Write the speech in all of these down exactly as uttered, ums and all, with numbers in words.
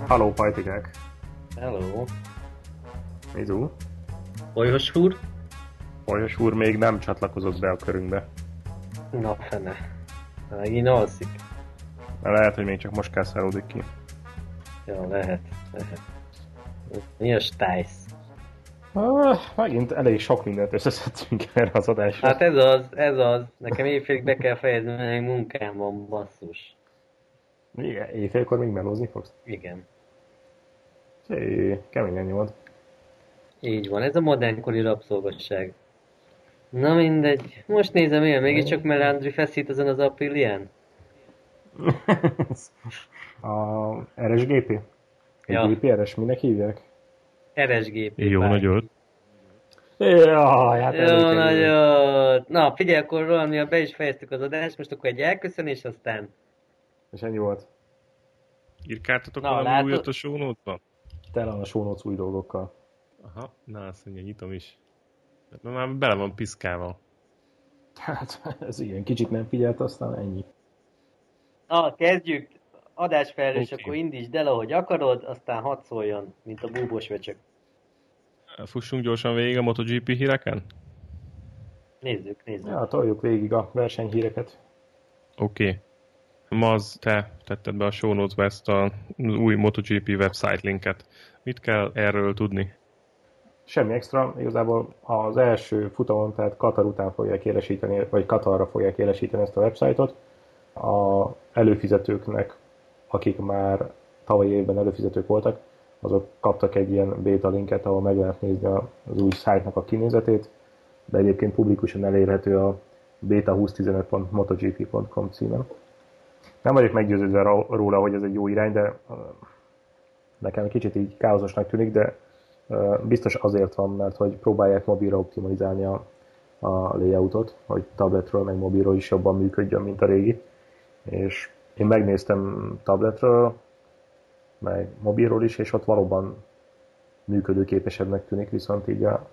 Halló, pajtikák! Hello. Mizu? Bolyhos úr? Bolyhos úr még nem csatlakozott be a körünkbe. Na fene. Megint alszik. Lehet, hogy még csak most kászálódik ki. Ja, lehet. lehet. Mi a stájsz? Ah, megint elég sok mindent összeszedtünk erre az adásra. Hát ez az, ez az. Nekem éjfélig be kell fejezni, mert munkám van, basszus. Igen, éjfélkor még melózni fogsz? Igen. Jé, keményen nyomod. Így van, ez a modernkori rabszolgasság. Na mindegy. Most nézem, én mégiscsak Melandri feszít ezen az Aprillián. A er es gé pé? Ja. gé pé er es, minek hívják? er es gé pé. Jó nagyot. Jaj, hát Jó nagyot. Na, figyelj, akkor valami, be is fejeztük az adást, most akkor egy elköszönés, aztán... És ennyi volt. Írkáltatok Na, valami látod? újat a show notes-ban? Tele a show notes új dolgokkal. Aha, na azt mondja, nyitom is. Mert már bele van piszkálva. Hát, ez igen, kicsit nem figyelt, aztán ennyi. Na, kezdjük. Adásfelelős, Oké. akkor indítsd el, ahogy akarod, aztán hadd szóljon, mint a búbos vecsök. Fussunk gyorsan végig a MotoGP híreken? Nézzük, nézzük. Ja, toljuk végig a versenyhíreket. Oké. Okay. Maz, te tetted be a show notes-ba ezt az új MotoGP website linket. Mit kell erről tudni? Semmi extra, igazából az első futamon, tehát Katar után fogják élesíteni, vagy Katarra fogják élesíteni ezt a websájtot. A előfizetőknek, akik már tavalyi évben előfizetők voltak, azok kaptak egy ilyen beta linket, ahol meg lehet nézni az új szájtnak a kinézetét, de egyébként publikusan elérhető a beta húsztizenöt pont motogp pont com címen. Nem vagyok meggyőződve róla, hogy ez egy jó irány, de nekem kicsit így káoszosnak tűnik, de biztos azért van, mert hogy próbálják mobilra optimalizálni a, a layoutot, hogy tabletről meg mobilról is jobban működjön, mint a régi. És én megnéztem tabletről, meg mobilról is, és ott valóban működőképesebbnek tűnik, viszont így a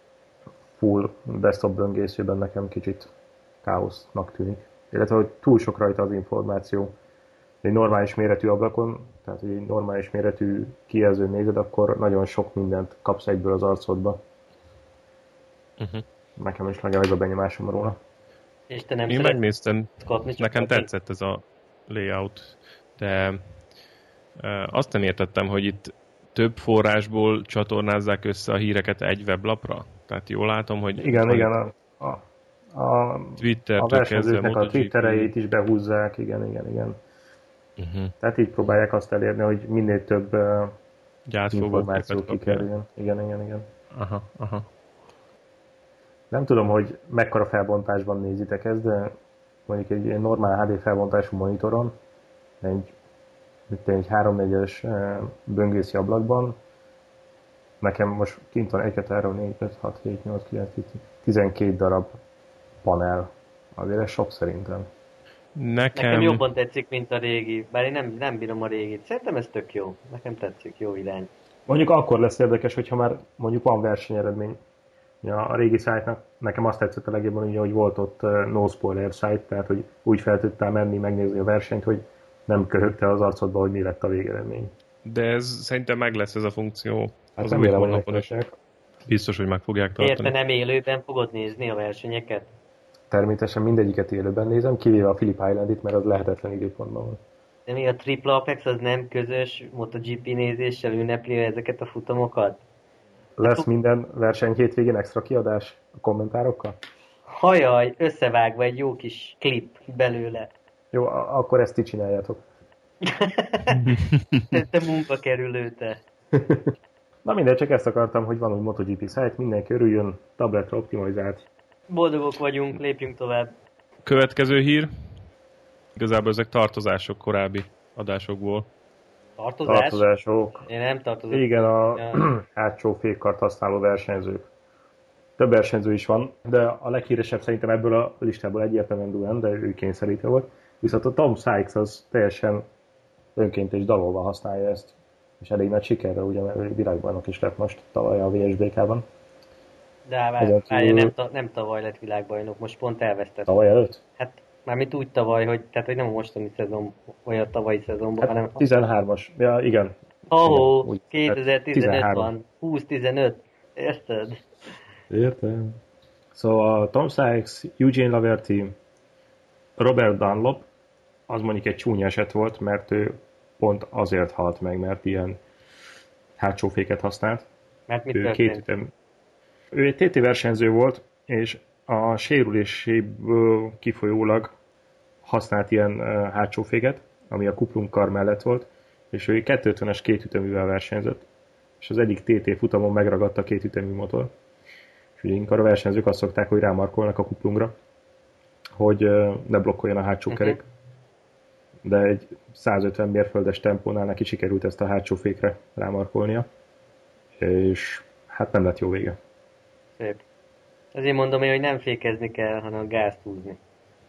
full desktop böngészőben nekem kicsit káosznak tűnik. Illetve, hogy túl sok rajta az információ. Egy normális méretű ablakon, tehát egy normális méretű kijelzőn nézed, akkor nagyon sok mindent kapsz egyből az arcodba. Uh-huh. Nekem is legalább a benyomásom róla. És te nem Én szeretsz megnéztem, kapni, csak nekem kapni? tetszett ez a layout, de e, azt nem értettem, hogy itt több forrásból csatornázzák össze a híreket egy weblapra. Tehát jól látom, hogy... Igen, igen, a, a, a, Twitter-től a versenyzőknek a MotoGP. twittereit is behúzzák, igen, igen, igen. Uh-huh. Tehát így próbálják azt elérni, hogy minél több uh, információ Gyártfogóképet kikerüljön. Igen, igen, igen. Aha, aha. Nem tudom, hogy mekkora felbontásban nézitek ezt, de mondjuk egy ilyen normál há dé felbontású monitoron, egy, mint egy három négyes böngészi ablakban, nekem most kint van egy, kettő, három, négy, öt, hat, hét, nyolc, kilenc, tíz, tizenkét darab panel. Azért ez sok szerintem. Nekem... Nekem jobban tetszik, mint a régi. Bár én nem, nem bírom a régit. Szerintem ez tök jó. Nekem tetszik, jó irány. Mondjuk akkor lesz érdekes, hogyha már mondjuk van versenyeredmény. Ja, a régi szájtnak nekem azt tetszett a legjobban, ugye, hogy volt ott uh, no spoiler szájt, tehát hogy úgy fel tudtál menni, megnézni a versenyt, hogy nem körögte az arcodba, hogy mi lett a végeredmény. De ez szerintem meg lesz ez a funkció. Hát az nem új élem, hogy honlapon is. megtartják. Biztos, hogy meg fogják tartani. Érte nem élőben fogod nézni a versenyeket? Természetesen mindegyiket élőben nézem, kivéve a Phillip Islandit, mert az lehetetlen időpontban van. De mi a Triple Apex az nem közös MotoGP nézéssel ünnepli ezeket a futamokat? Lesz minden verseny hétvégén extra kiadás a kommentárokkal? Hajaj, összevágva egy jó kis klip belőle. Jó, a- akkor ezt ti csináljátok. Te, te munkakerülő, te. Na mindegy, csak ezt akartam, hogy van új MotoGP szájt, mindenki örüljön, tabletre optimalizált. Boldogok vagyunk, lépjünk tovább. Következő hír. Igazából ezek tartozások korábbi adásokból. Tartozás? Tartozások. Én nem tartozom. Igen, a Ja. hátsó fékkart használó versenyzők. Több versenyző is van, de a leghíresebb szerintem ebből a listából egyértelműen Duhan, de ő kényszerítve volt. Viszont a Tom Sykes az teljesen önként és dalolva használja ezt. És elég nagy sikerre, ugye, mert ő világbajnok is lett most tavaly a vé es bé ká-ban. De várj, Ezen várj, kívül- nem, ta, nem tavaly lett világbajnok, most pont elvesztett. Tavaly előtt? Hát mármint úgy tavaly, hogy, tehát, hogy nem a mostani szezon, vagy a tavalyi szezonban, Hát hanem tizenhármas. Ja, igen. Oh, Igen, kétezer-tizenöt tizenhárom. van. húsz tizenöt. Érted? Értem. Szóval Tom Sykes, Eugene Laverty, Robert Dunlop, az mondjuk egy csúnya eset volt, mert ő pont azért halt meg, mert ilyen hátsó féket használt. Mert mit Ő, történt? két ütem, ő egy té té versenyző volt, és a sérüléséből kifolyólag használt ilyen uh, hátsó féket, ami a kuplungkar mellett volt, és ő kétszázötvenes kétüteművel versenyzett, és az egyik té té futamon megragadta a kétütemű motor. És ugye inkább a versenyzők azt szokták, hogy rámarkolnak a kuplungra, hogy uh, ne blokkoljon a hátsó Uh-huh. kerék. De egy százötven mérföldes tempónál neki sikerült ezt a hátsó fékre rámarkolnia, és hát nem lett jó vége. Szép. Azért mondom én, hogy nem fékezni kell, hanem a gázt húzni.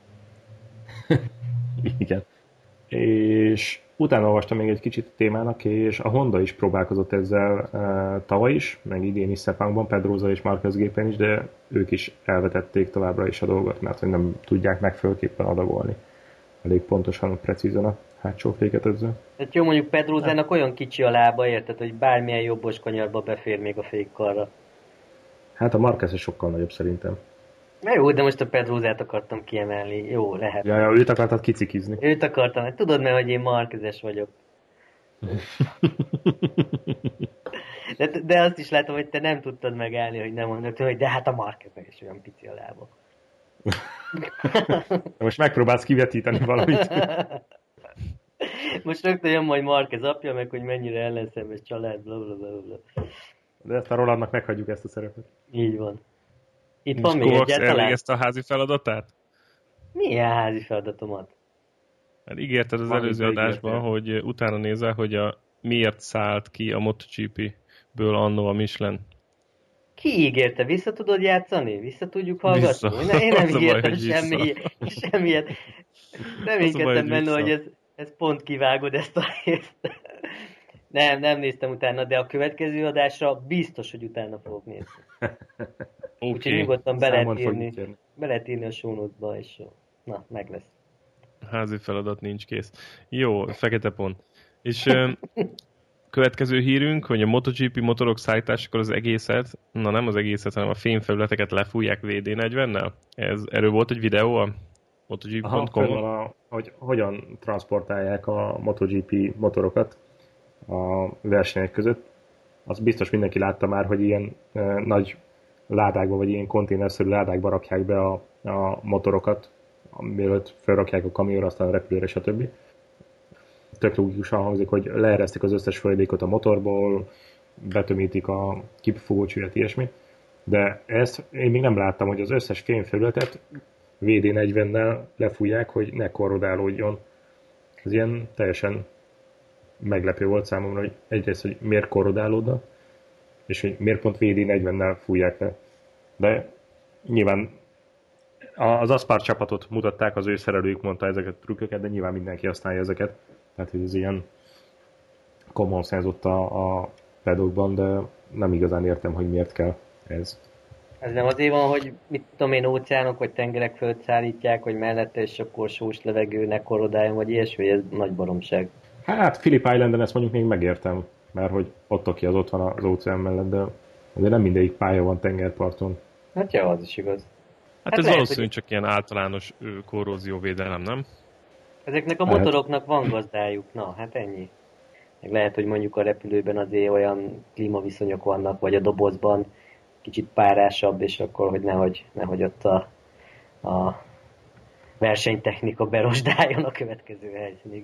Igen. És utána olvastam még egy kicsit a témának, és a Honda is próbálkozott ezzel e, tavaly is, meg idén is Sepangban, Pedrosa és Marquez gépen is, de ők is elvetették továbbra is a dolgot, mert hogy nem tudják megfelelőképpen adagolni. Elég pontosan, precízen a hátsó féket ezzel. Tehát jó, mondjuk Pedrosának olyan kicsi a lába, érted, hogy bármilyen jobbos kanyarba befér még a fékkarra. Hát a Marquez is sokkal nagyobb szerintem. Na jó, de most a Pedrosát akartam kiemelni. Jó, lehet. Ja, ja, őt akartad kicikizni. Őt akartam, hát tudod meg, hogy én Marquezes vagyok. De, de azt is látom, hogy te nem tudtad megállni, hogy nem mondod, hogy de hát a Marqueznek is olyan pici a lába. Most megpróbálsz kivetíteni valamit. Most rögtön jön majd Marquez apja, meg hogy mennyire ellenszenves család, bla bla bla bla. De ezt a Rolandnak meghagyjuk ezt a szerepet. Így van. Itt És van még Kovacs egyáltalán? elvégezte a házi feladatát? Milyen házi feladatomat? Hát ígérted az Valamit előző adásban, ígértél. hogy utána nézel, hogy a, miért szállt ki a MotoGP-ből annó a Michelin. Ki ígérte? Vissza tudod játszani? Vissza tudjuk hallgatni? Vissza. Ne, én nem Az a baj, ígértem hogy vissza. semmi, semmiet. Reménykedtem hogy benne, vissza. hogy ez, ez pont kivágod ezt a részt. Nem, nem néztem utána, de a következő adásra biztos, hogy utána fogok nézni. Úgyhogy Oké, nyugodtan be Számon lehet írni, fogjuk kérni. be lehet írni a show notes-ba, és na, meg lesz. házi feladat nincs kész. Jó, fekete pont. És ö, következő hírünk, hogy a MotoGP motorok szállításakor az egészet, na nem az egészet, hanem a fémfelületeket lefújják vé dé negyvennel. Ez, erről volt egy videó a MotoGP Aha, pont fönn com-on. van a, hogy hogyan transportálják a MotoGP motorokat a versenyek között. Az biztos mindenki látta már, hogy ilyen e, nagy ládákba, vagy ilyen konténerszerű ládákba rakják be a, a motorokat, mielőtt felrakják a kamionra, aztán a repülőre, stb. Tök logikusan hangzik, hogy leeresztik az összes folyadékot a motorból, betömítik a kipufogócsőet, ilyesmi. De ezt én még nem láttam, hogy az összes fémfelületet vé dé negyvennel lefújják, hogy ne korrodálódjon. Ez ilyen teljesen meglepő volt számomra, hogy egyrészt, hogy miért korrodálódna, és hogy miért pont vé dé negyvennel fújják le. De nyilván az Aspar csapatot mutatták, az ő szerelőjük mondta ezeket a trükköket, de nyilván mindenki használja ezeket. Tehát, hogy ez ilyen common sense ott a, a pedokban, de nem igazán értem, hogy miért kell ez. Ez nem azért van, hogy mit tudom én, óceánok vagy tengerek fölött szállítják, hogy mellette és akkor sós levegő ne korrodáljon, vagy ilyesmi, ez nagy baromság. Hát Phillip Islanden ezt mondjuk még megértem, mert hogy ott, aki az ott van az óceán mellett, de de nem mindegyik pálya van tengerparton. Hát ja, az is igaz. Hát, Hát ez lehet, valószínűleg csak ilyen általános ö, korrózióvédelem, nem? Ezeknek a Lehet. motoroknak van gazdájuk, na, hát ennyi. Meg lehet, hogy mondjuk a repülőben azért olyan klímaviszonyok vannak, vagy a dobozban kicsit párásabb, és akkor, hogy nehogy, nehogy ott a, a versenytechnika berosdáljon a következő helyszínig.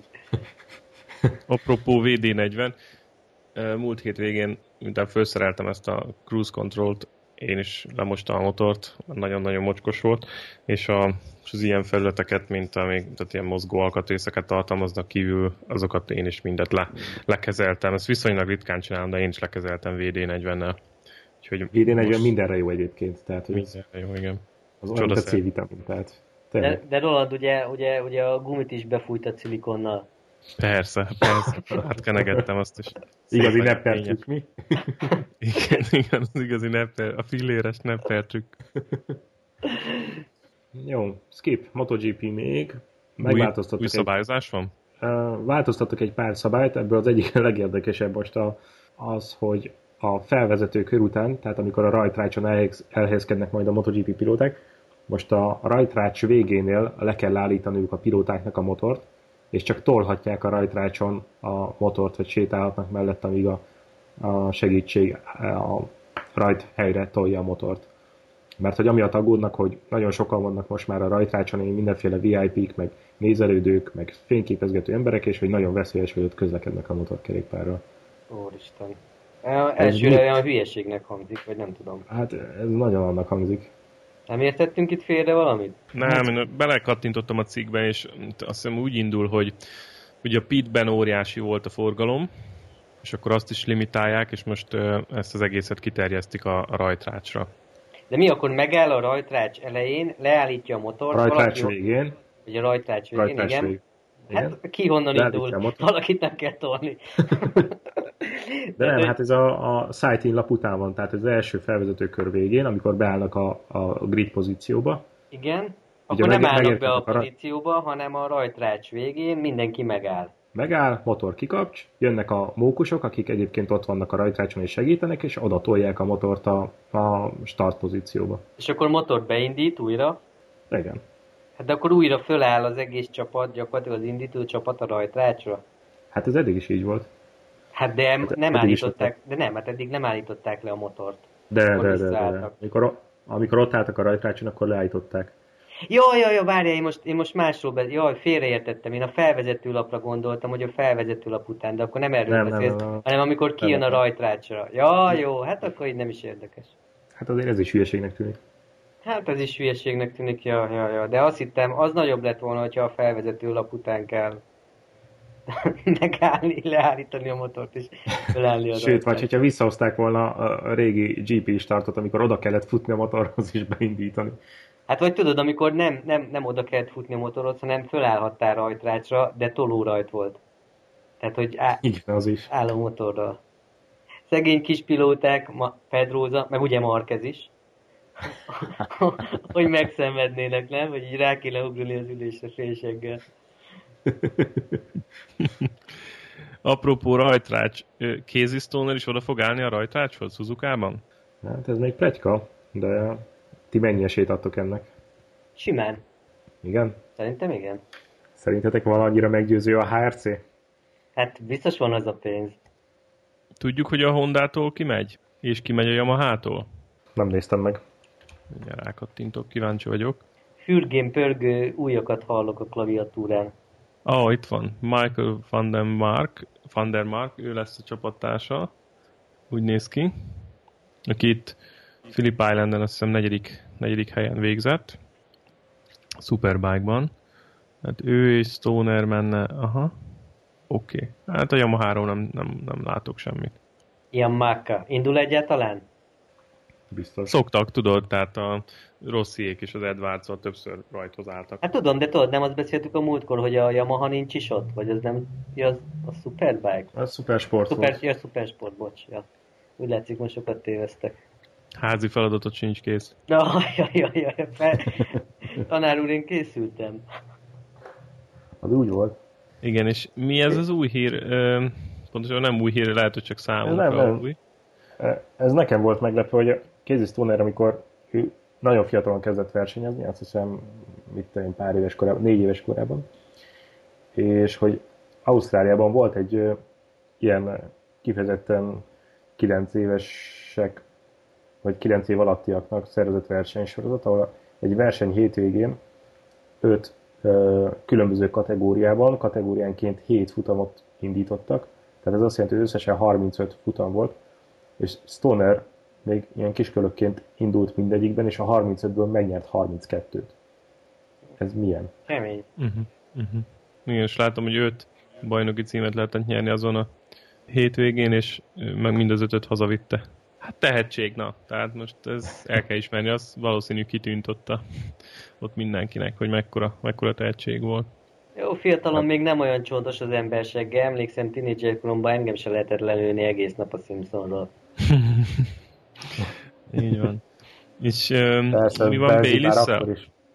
Apropó vé dé negyven, múlt hét végén, miután felszereltem ezt a cruise controlt, én is lemostam a motort, nagyon-nagyon mocskos volt, és, a, és az ilyen felületeket, mint a, még, tehát ilyen mozgó alkatrészeket tartalmaznak kívül, azokat én is mindet le, lekezeltem. Ezt viszonylag ritkán csinálom, de én is lekezeltem vé dé negyvennel. vé dé negyven most... mindenre jó egyébként, tehát hogy ez, mindenre jó, igen. az olyan, mint a C-vitamin, tehát de, de Roland, ugye, ugye, ugye a gumit is befújtad szilikonnal. Persze, persze. Hát kenegettem azt is. Igazi neppertrük, mi? Igen, igen, az igazi nepper, a filléres neppertrük. Jó, skip, MotoGP még. Új, Megváltoztattak új egy... szabályozás van? változtattak egy pár szabályt, ebből az egyik legérdekesebb most a, az, hogy a felvezető kör után, tehát amikor a rajtrácson elhelyezkednek majd a MotoGP pilóták, most a rajtrács végénél le kell állítaniuk a pilótáknak a motort, és csak tolhatják a rajtrácson a motort, vagy sétálhatnak mellett, amíg a, a segítség a rajt helyre tolja a motort. Mert hogy amiatt aggódnak, hogy nagyon sokan vannak most már a rajtrácson, mindenféle vé i pé-k, meg nézelődők, meg fényképezgető emberek, és hogy nagyon veszélyes, hogy ott közlekednek a motorkerékpárral. Úristen. Elsőre olyan hülyeségnek hangzik, vagy nem tudom. Hát ez nagyon annak hangzik. Nem értettünk itt félre valamit? Nem, én belekattintottam a cikkbe, és azt hiszem úgy indul, hogy ugye a pitben óriási volt a forgalom, és akkor azt is limitálják, és most ezt az egészet kiterjesztik a, a rajtrácsra. De mi akkor megáll a rajtrács elején, leállítja a motort? A rajtrács valaki, végén. Vagy a rajtrács végén, rajtrács igen. Végén. Hát ki honnan indul? Valakit nem kell tolni. De nem, hát ez a, a sight-in lap után van, tehát az első felvezető kör végén, amikor beállnak a, a grid pozícióba. Igen, akkor nem állnak be a pozícióba, hanem a rajtrács végén mindenki megáll. Megáll, motor kikapcs, jönnek a mókusok, akik egyébként ott vannak a rajtrácson és segítenek, és oda tolják a motort a, a start pozícióba. És akkor motort beindít újra? Igen. Hát de akkor újra föláll az egész csapat, gyakorlatilag az indító csapat a rajtrácsra? Hát ez eddig is így volt. Hát de hát nem állították, de nem, hát eddig nem állították le a motort. De, de, de, de, de. Amikor, amikor ott álltak a rajtrácson, akkor leállították. Jaj, jaj, jaj, várjál, én most, én most másról beszéltem. Jaj, félreértettem. Én a felvezető lapra gondoltam, hogy a felvezető lap után, de akkor nem erről nem, beszélsz, nem, nem, hanem amikor kijön nem, a rajtrácsra. Jaj, jó, hát akkor így nem is érdekes. Hát azért ez is hülyeségnek tűnik. Hát ez is hülyeségnek tűnik, ja, ja, ja. De azt hittem, az nagyobb lett volna, hogyha a felvezető lap után kell megállni, leállítani a motort és felállni a Sőt, vagy hogyha visszahozták volna a régi gé pé startot, amikor oda kellett futni a motorhoz és beindítani. Hát vagy tudod, amikor nem, nem, nem oda kellett futni a motorhoz, hanem fölállhattál rajtrácsra, de tolórajt volt. Tehát, hogy á- igen, az is. áll a motorral. Szegény kis pilóták, ma Pedrosa, meg ugye Marquez is, hogy megszenvednének, nem? Vagy így rá kéne ugrani az ülésre félseggel. Apropó rajtrács, Casey Stoner is oda fog állni a rajtrácshoz Suzukában? Hát ez még pletyka, de ti mennyi esélyt adtok ennek? Simán. Igen? Szerintem igen. Szerintetek van annyira meggyőző a há er cé? Hát biztos van az a pénz. Tudjuk, hogy a Hondától kimegy? És kimegy a Yamahától? Nem néztem meg. Mindjárt rákattintok, kíváncsi vagyok. Hürgén pörgő újakat hallok a klaviatúrán. Ah, itt van. Michael van der Mark, van der Mark, ő lesz a csapattársa. Úgy néz ki. Aki itt Phillip Islanden azt hiszem negyedik, negyedik helyen végzett. Superbike-ban. Hát ő és Stoner menne, aha. Oké. Okay. Hát a Yamaháról nem, nem, nem látok semmit. Yamaha. Indul egyáltalán? Biztos. Szoktak, tudod, tehát a Rossiék és az Edwards-val többször rajthoz álltak. Hát tudom, de tudod, nem azt beszéltük a múltkor, hogy a Yamaha nincs is ott? Vagy az nem, ja, az a Superbike? A Supersport Super, volt. ja, Supersport, bocs. Ja. Úgy látszik, most sokat téveztek. Házi feladatot sincs kész. Na, jaj, jaj, jaj, fel. Tanár úr, én készültem. Az úgy volt. Igen, és mi ez az új hír? Pontosan nem új hír, lehet, hogy csak számunkra nem, nem. új. Ez nekem volt meglepő, hogy a Casey Stoner, amikor ő nagyon fiatalon kezdett versenyezni, azt hiszem, mit én pár éves korában, négy éves korában, és hogy Ausztráliában volt egy ö, ilyen kifejezetten kilenc évesek, vagy kilenc év alattiaknak szervezett versenysorozat, ahol egy verseny hétvégén öt ö, különböző kategóriában, kategóriánként hét futamot indítottak, tehát ez azt jelenti, hogy összesen harmincöt futam volt, és Stoner még ilyen kiskölökként indult mindegyikben, és a harmincötből megnyert harminckettőt. Ez milyen? Kemény. Uh-huh, uh-huh. Igen, és látom, hogy öt bajnoki címet lehetett nyerni azon a hétvégén, és meg mind az ötöt hazavitte. Hát tehetség, na. Tehát most ez el kell ismerni, az valószínű kitűnt ott, a, ott mindenkinek, hogy mekkora, mekkora tehetség volt. Jó, fiatalon még nem olyan csontos az emberséggel. Emlékszem, tínédzser koromban engem se lehetett lelőni egész nap a Simpsonról. Így van. És um, Persze, mi van Baylisszel?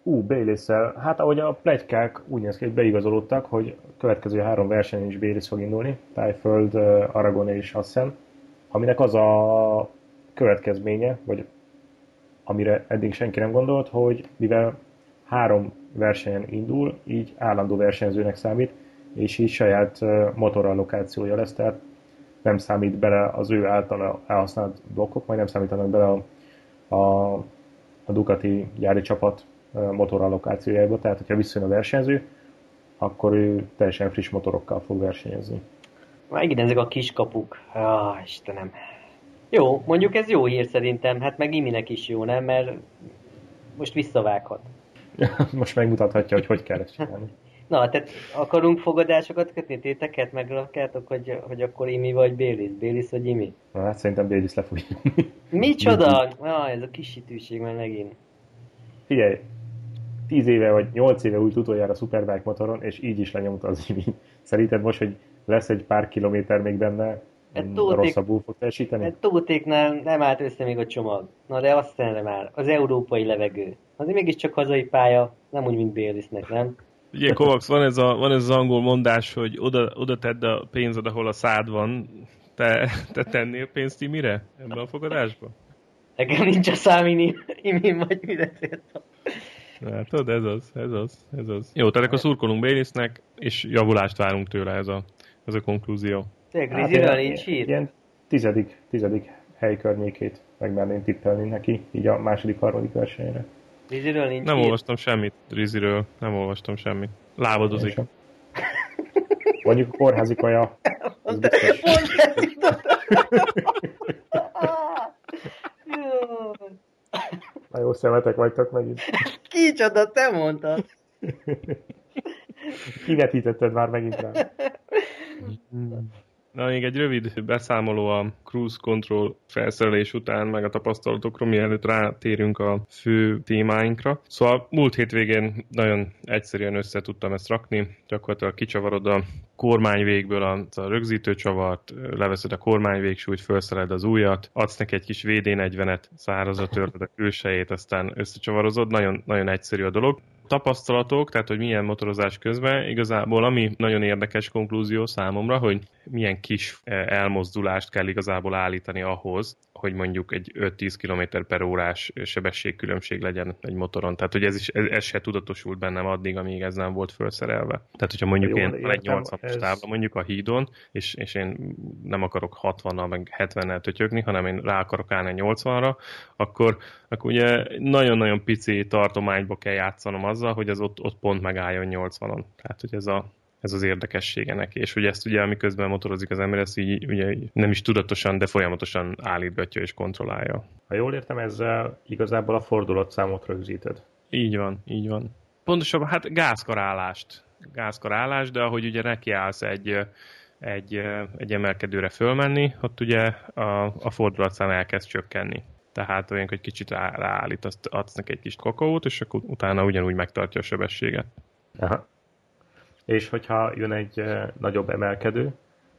Ú, Baylisszel, hát ahogy a pletykák úgy néz ki, hogy beigazolódtak, hogy a következő három versenyen is Bayliss fog indulni, Tájföld, Aragon és Assen, aminek az a következménye, vagy amire eddig senki nem gondolt, hogy mivel három versenyen indul, így állandó versenyzőnek számít, és így saját motorallokációja lesz, tehát nem számít bele az ő által elhasznált blokkok, majd nem számítanak bele a, a, a Ducati gyári csapat motorallokációjába, tehát hogyha visszajön a versenyző, akkor ő teljesen friss motorokkal fog versenyezni. Megint ezek a kiskapuk. Ah, Istenem. Jó, mondjuk ez jó hír szerintem, hát meg Iminek is jó, nem? Mert most visszavághat. Most megmutathatja, hogy hogy kell ezt csinálni. Na, tehát akarunk fogadásokat kötni, téteket, megrakjátok, hogy, hogy akkor Imi vagy Bayliss, Bayliss vagy Imi? Na, hát szerintem Bayliss le fog jönni. Micsoda? Ah, ez a kisítőség már megint. Figyelj, tíz éve vagy nyolc éve ült utoljára a Superbike motoron, és így is lenyomta az Imi. Szerinted most, hogy lesz egy pár kilométer még benne, Tóték, rosszabbul fog teljesíteni? Tótéknál nem állt össze még a csomag. Na de azt nem már. Az európai levegő. Azért mégiscsak hazai pálya, nem úgy, mint Baylissnek, nem? Ugye, Kovacs, van ez, a, van ez az angol mondás, hogy oda, oda tedd a pénzed, ahol a szád van. Te, te tennél pénzt Imire ebben a fogadásban? Nekem nincs a számini, Imin vagy mire céltam. Látod, ez az, ez az, ez az. Jó, tehát akkor szurkolunk Baylissnek, és javulást várunk tőle, ez a, ez a konklúzió. Tényleg, Rizziről nincs hír? Ilyen tizedik, tizedik hely környékét megmerném tippelni neki, így a második, harmadik versenyre. Rizziről nincs Nem hír? olvastam semmit Rizziről, nem olvastam semmit. Lábadozik. Mondjuk a kórházi kaja. Ez biztos. Na jó, szemetek vagytok megint. Kicsoda, te mondtad. Kivetítetted már megint rá. Na, még egy rövid beszámoló a cruise control felszerelés után, meg a tapasztalatokról, mielőtt rátérünk a fő témáinkra. Szóval múlt hétvégén nagyon egyszerűen össze tudtam ezt rakni, gyakorlatilag kicsavarod a kormányvégből a, a rögzítőcsavart, leveszed a kormányvégsúlyt, felszereled az ujjat, adsz neki egy kis vé dé negyvenet, szárazra törled a külsejét, aztán összecsavarozod, nagyon, nagyon egyszerű a dolog. Tapasztalatok, tehát hogy milyen motorozás közben, igazából ami nagyon érdekes konklúzió számomra, hogy milyen kis elmozdulást kell igazából állítani ahhoz, hogy mondjuk egy öt-tíz kilométer per órás sebességkülönbség legyen egy motoron. Tehát, hogy ez, is, ez, ez se tudatosult bennem addig, amíg ez nem volt felszerelve. Tehát, hogyha mondjuk én van egy nyolcvanas ez... tábla mondjuk a hídon, és, és én nem akarok hatvannal, meg hetvennel tötyögni, hanem én rá akarok állni nyolcvanra, akkor, akkor ugye nagyon-nagyon pici tartományba kell játszanom azzal, hogy ez ott, ott pont megálljon nyolcvanon. Tehát, hogy ez a Ez az érdekessége neki. És ugye ezt ugye, amiközben motorozik az ember, ezt így ugye nem is tudatosan, de folyamatosan állítgatja és kontrollálja. Ha jól értem, ezzel igazából a fordulatszámot rögzíted. Így van, így van. Pontosabban, hát gázkarálást. Gázkarálás, de ahogy ugye nekiállsz egy, egy, egy emelkedőre fölmenni, ott ugye a, a fordulatszám elkezd csökkenni. Tehát olyan, hogy kicsit rá, ráállítasz, adsz neki egy kis kakaót, és akkor utána ugyanúgy megtartja a sebességet. Aha. És hogyha jön egy eh, nagyobb emelkedő,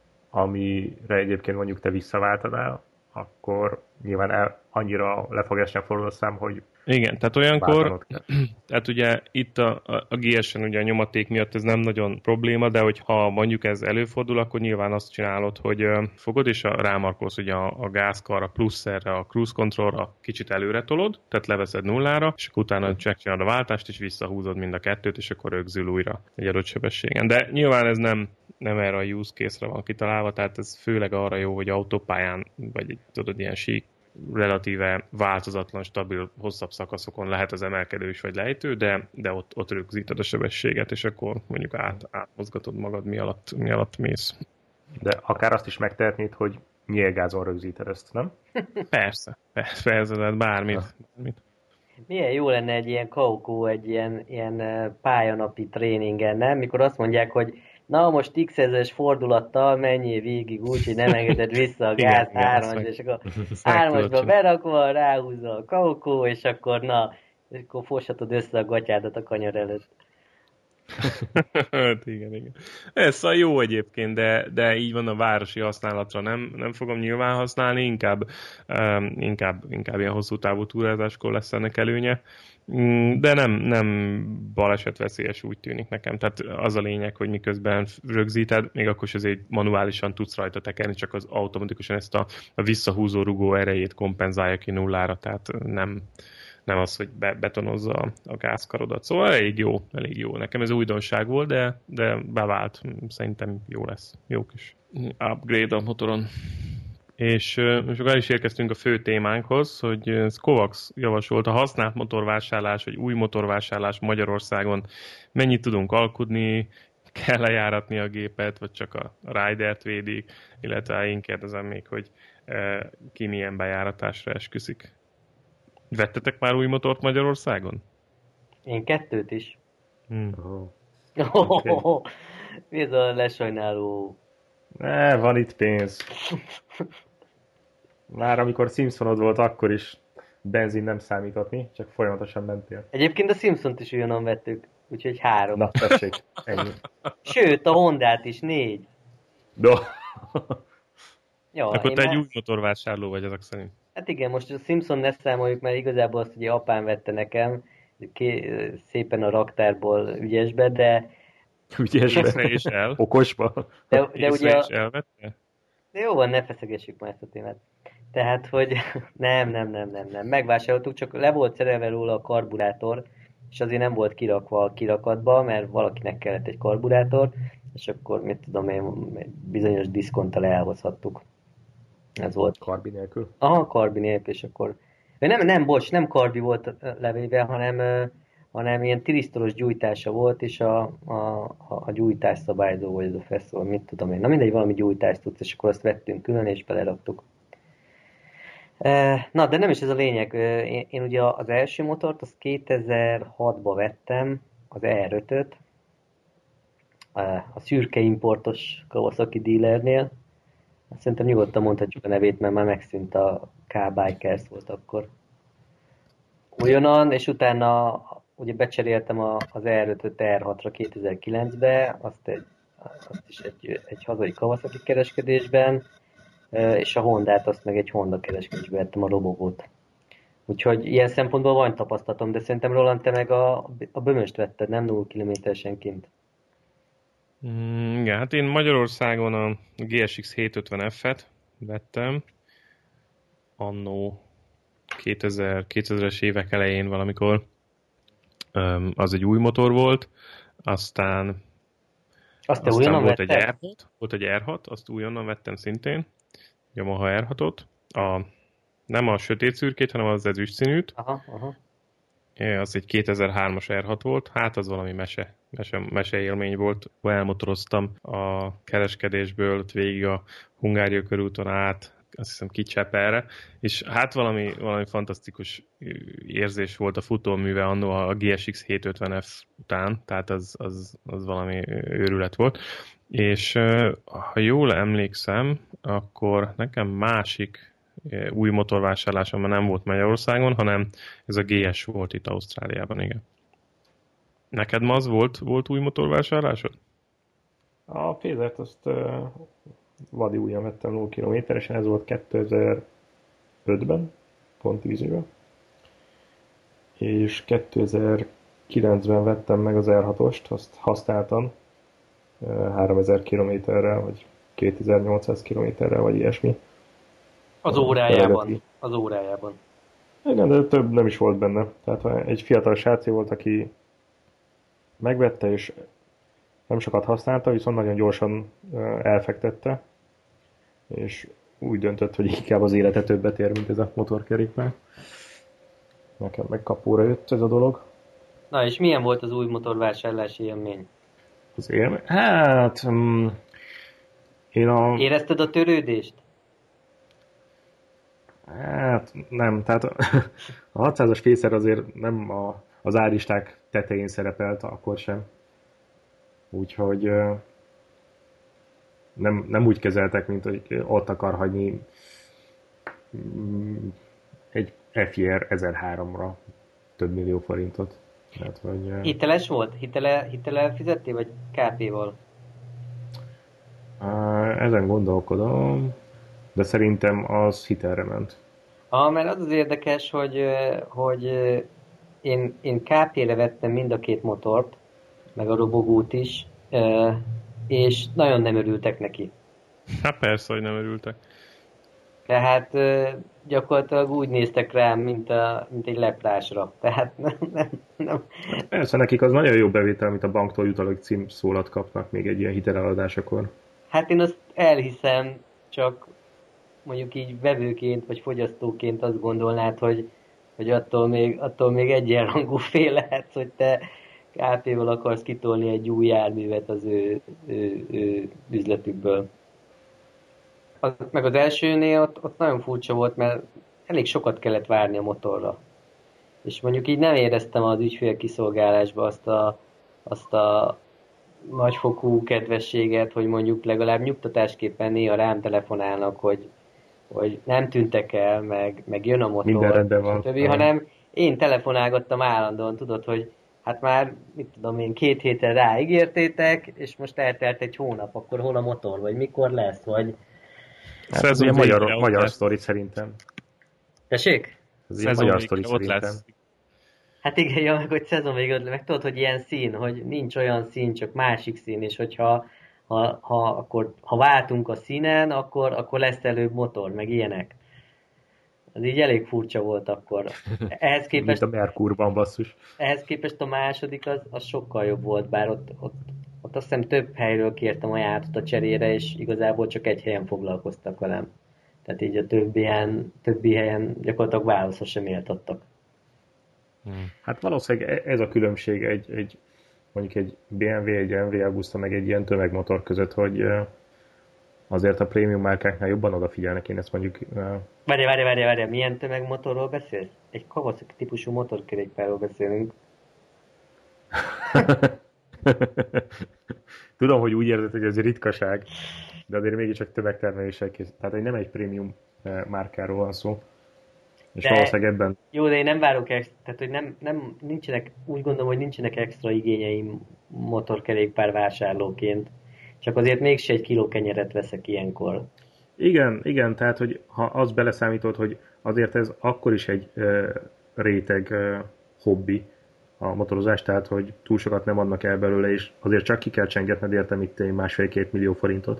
amire egyébként mondjuk te visszaváltanál, akkor nyilván el, annyira le fog esni a fordulatszám, hogy igen, tehát olyankor, tehát ugye itt a, a, a gé es-en ugye a nyomaték miatt ez nem nagyon probléma, de hogyha mondjuk ez előfordul, akkor nyilván azt csinálod, hogy uh, fogod és a, rámarkolsz ugye a, a gázkarra plusz erre a cruise controlra kicsit előre tolod, tehát leveszed nullára, és akkor utána megcsinálod a váltást, és visszahúzod mind a kettőt, és akkor rögzül újra egy adott sebességen. De nyilván ez nem, nem erre a use case-re van kitalálva, tehát ez főleg arra jó, hogy autópályán, vagy tudod, ilyen sík, relatíve változatlan, stabil, hosszabb szakaszokon lehet az emelkedő is vagy lejtő, de, de ott, ott rögzíted a sebességet, és akkor mondjuk át, átmozgatod magad, mi alatt, mi alatt mész. De akár azt is megtehetnéd, hogy nyílgázon rögzíted ezt, nem? Persze, persze, persze, tehát bármit. bármit. Milyen jó lenne egy ilyen kaukó, egy ilyen, ilyen pályanapi tréningen, nem? Mikor azt mondják, hogy na most x-ezres fordulattal menjél végig úgy, hogy nem engeded vissza a gáz hármas, és akkor hármasba berakva, ráhúzza a kaukó, és akkor na, és akkor foshatod össze a gatyádat a kanyar előtt. Hát igen, igen. Ez szóval jó egyébként, de, de így van a városi használatra. Nem, nem fogom nyilván használni, inkább, um, inkább, inkább ilyen hosszú távú túrázáskor lesz ennek előnye. Mm, De nem, nem balesetveszélyes, úgy tűnik nekem. Tehát az a lényeg, hogy miközben rögzíted, még akkor is azért manuálisan tudsz rajta tekerni, csak az automatikusan ezt a, a visszahúzó rugó erejét kompenzálja ki nullára, tehát nem, nem az, hogy be, betonozza a, a gázkarodat. Szóval elég jó, elég jó. Nekem ez újdonság volt, de, de bevált. Szerintem jó lesz. Jó kis upgrade a motoron. És most el is érkeztünk a fő témánkhoz, hogy Kovacs javasolt a használt motorvásárlás, vagy új motorvásárlás Magyarországon. Mennyit tudunk alkudni, kell lejáratni a gépet, vagy csak a ridert védik, illetve én kérdezem még, hogy ki milyen bejáratásra esküszik. Vettetek már új motort Magyarországon? Én kettőt is. Hmm. Oh. Okay. Mi ez a lesajnáló? Ne, van itt pénz. Már amikor Simpsonod volt, akkor is benzin nem számíthatni, csak folyamatosan mentél. Egyébként a Simpsont is olyanon vettük, úgyhogy három. Na, tessék, ennyi. Sőt, a Hondát is négy. Do. Ja, Akkor te már... egy új motorvásárló vagy ezek szerint. Hát igen, most a Simpson ne számoljuk, mert igazából azt ugye apám vette nekem, ké, szépen a raktárból ügyesbe, de... Ügyesbe és el. Okosba. De, de ugye... A... elvette? De jó van, ne feszegessük már ezt a témát. Tehát, hogy nem, nem, nem, nem, nem. Megvásároltuk, csak le volt szerelve róla a karburátor, és azért nem volt kirakva a kirakatba, mert valakinek kellett egy karburátor, és akkor, mit tudom én, bizonyos diszkonttal elhozhattuk. Ez volt. Karbi nélkül? Aha, karbi nélkül, és akkor... Nem, nem, bocs, nem karbi volt levéve, hanem, hanem ilyen tirisztoros gyújtása volt, és a, a, a gyújtás szabályzó volt ez a feszol, mit tudom én. Na mindegy, valami gyújtást tudsz, és akkor azt vettünk külön, és beleraktuk. Na, de nem is ez a lényeg. Én, én ugye az első motort, azt kétezer-hatba vettem, az er ötöt, a szürke importos Kawasaki dealernél. Szerintem nyugodtan mondhatjuk a nevét, mert már megszűnt a K-Bikers volt akkor. Ugyanan, és utána ugye becseréltem a, az er ötöt er hatra kétezer-kilencbe, azt, egy, azt is egy, egy hazai Kawasaki kereskedésben, és a Hondát azt meg egy Honda kereskedésben vettem, a Robobot. Úgyhogy ilyen szempontból van tapasztalatom, de szerintem Roland, te meg a, a bömöst vetted, nem nulla kilométeresen kint. Mm, igen, hát én Magyarországon a gé es iksz hétszázötven ef-et vettem, annó kétezer, kétezres évek elején valamikor. Az egy új motor volt, aztán, azt aztán volt, egy er hat, volt egy er hat, azt újonnan vettem szintén, Yamaha er hatot, a, nem a sötét szürkét, hanem az ezüst színűt. Aha, aha. Az egy kétezer-hármas er hat volt, hát az valami mese, mese, mese élmény volt. Elmotoroztam a kereskedésből végig a Hungária körúton át, azt hiszem Kicsepelre, és hát valami, valami fantasztikus érzés volt a futóműve annó a gé es iksz hétszázötven ef után, tehát az, az, az valami őrület volt. És ha jól emlékszem, akkor nekem másik új motorvásárlásom már nem volt Magyarországon, hanem ez a gé es volt itt Ausztráliában, igen. Neked ma az volt, volt új motorvásárlásod? A Pézert azt uh, vadi újjan vettem nulla kilométeresen, ez volt kétezer-ötben, pont tíz éve. És kétezer-kilencben vettem meg az er hatost, azt használtam uh, háromezer kilométerrel, vagy kétezer-nyolcszáz kilométerrel, vagy ilyesmi. Az órájában. Az órájában. Igen, de több nem is volt benne. Tehát egy fiatal srác volt, aki megvette, és nem sokat használta, viszont nagyon gyorsan elfektette, és úgy döntött, hogy inkább az élete többet ér, mint ez a motorkerékpár. Nekem meg kapóra jött ez a dolog. Na, és milyen volt az új motorvásárlási élmény? Az élmény? Hát... Um, én a... Érezted a törődést? Hát nem, tehát a, a hatszázas fészer azért nem a, az áristák tetején szerepelt akkor sem. Úgyhogy nem, nem úgy kezeltek, mint hogy ott akar hagyni egy ef jé er ezerháromra több millió forintot. Hát, vagy, uh, Hiteles volt? Hitele, hitele fizettél, vagy ká pé-val? uh, ezen gondolkodom, de szerintem az hitelre ment. Ah, mert az az érdekes, hogy, ö, hogy ö, én, én ká pé-re vettem mind a két motort, meg a robogót is, ö, és nagyon nem örültek neki. Hát persze, hogy nem örültek. Tehát ö, gyakorlatilag úgy néztek rám, mint, a, mint egy leprásra. Tehát nem, nem, nem. Hát persze, nekik az nagyon jó bevétel, amit a banktól jutalék címszólat kapnak még egy ilyen hiteladásakor. Hát én azt elhiszem, csak mondjuk így vevőként vagy fogyasztóként azt gondolnád, hogy, hogy attól még, attól még egyenrangú fél lehetsz, hogy te ká pé-vel akarsz kitolni egy új járművet az ő, ő, ő üzletükből. Az, meg az elsőnél ott, ott nagyon furcsa volt, mert elég sokat kellett várni a motorra. És mondjuk így nem éreztem az ügyfél kiszolgálásba azt a, azt a nagyfokú kedvességet, hogy mondjuk legalább nyugtatásképpen néha rám telefonálnak, hogy, hogy nem tűntek el, meg, meg jön a motor, Minden rendben van. stb., hanem én telefonálgattam állandóan, tudod, hogy hát már, mit tudom én, két héten ráígértétek, és most eltelt egy hónap, akkor hol a motor, vagy mikor lesz, vagy... Hát ez ugye magyar, magyar sztori szerintem. Tessék? Ez ilyen magyar sztori szerintem. Lesz. Hát igen, ja, meg hogy szezon végül, meg tudod, hogy ilyen szín, hogy nincs olyan szín, csak másik szín, és hogyha ha, ha, akkor, ha váltunk a színen, akkor, akkor lesz előbb motor, meg ilyenek. Az így elég furcsa volt akkor. Ehhez képest, Mint a Merkurban, basszus. ehhez képest a második az, az sokkal jobb volt, bár ott, ott, ott azt hiszem több helyről kértem ajánlatot a cserére, és igazából csak egy helyen foglalkoztak velem. Tehát így a többi helyen, többi helyen gyakorlatilag válaszra sem éltattak. Hmm. Hát valószínűleg ez a különbség egy, egy mondjuk egy bé em vé, egy em vé Agusta, meg egy ilyen tömegmotor között, hogy azért a prémium márkáknál jobban odafigyelnek, én ezt mondjuk... Várj, várj, várj, várj, milyen tömegmotorról beszélsz? Egy Kawasaki típusú motorkerékpárról beszélünk. Tudom, hogy úgy érzed, hogy ez egy ritkaság, de azért mégiscsak tömegtermeléssel készít. Tehát nem egy prémium márkáról van szó. És valószínűleg ebben... Jó, de én nem várok extra, tehát hogy nem, nem, nincsenek, úgy gondolom, hogy nincsenek extra igényeim motorkerékpár vásárlóként. Csak azért mégse egy kiló kenyeret veszek ilyenkor. Igen, igen, tehát hogy ha az beleszámítod, hogy azért ez akkor is egy uh, réteg uh, hobbi a motorozás, tehát hogy túl sokat nem adnak el belőle, és azért csak ki kell csengetned értem itt másfél-két millió forintot,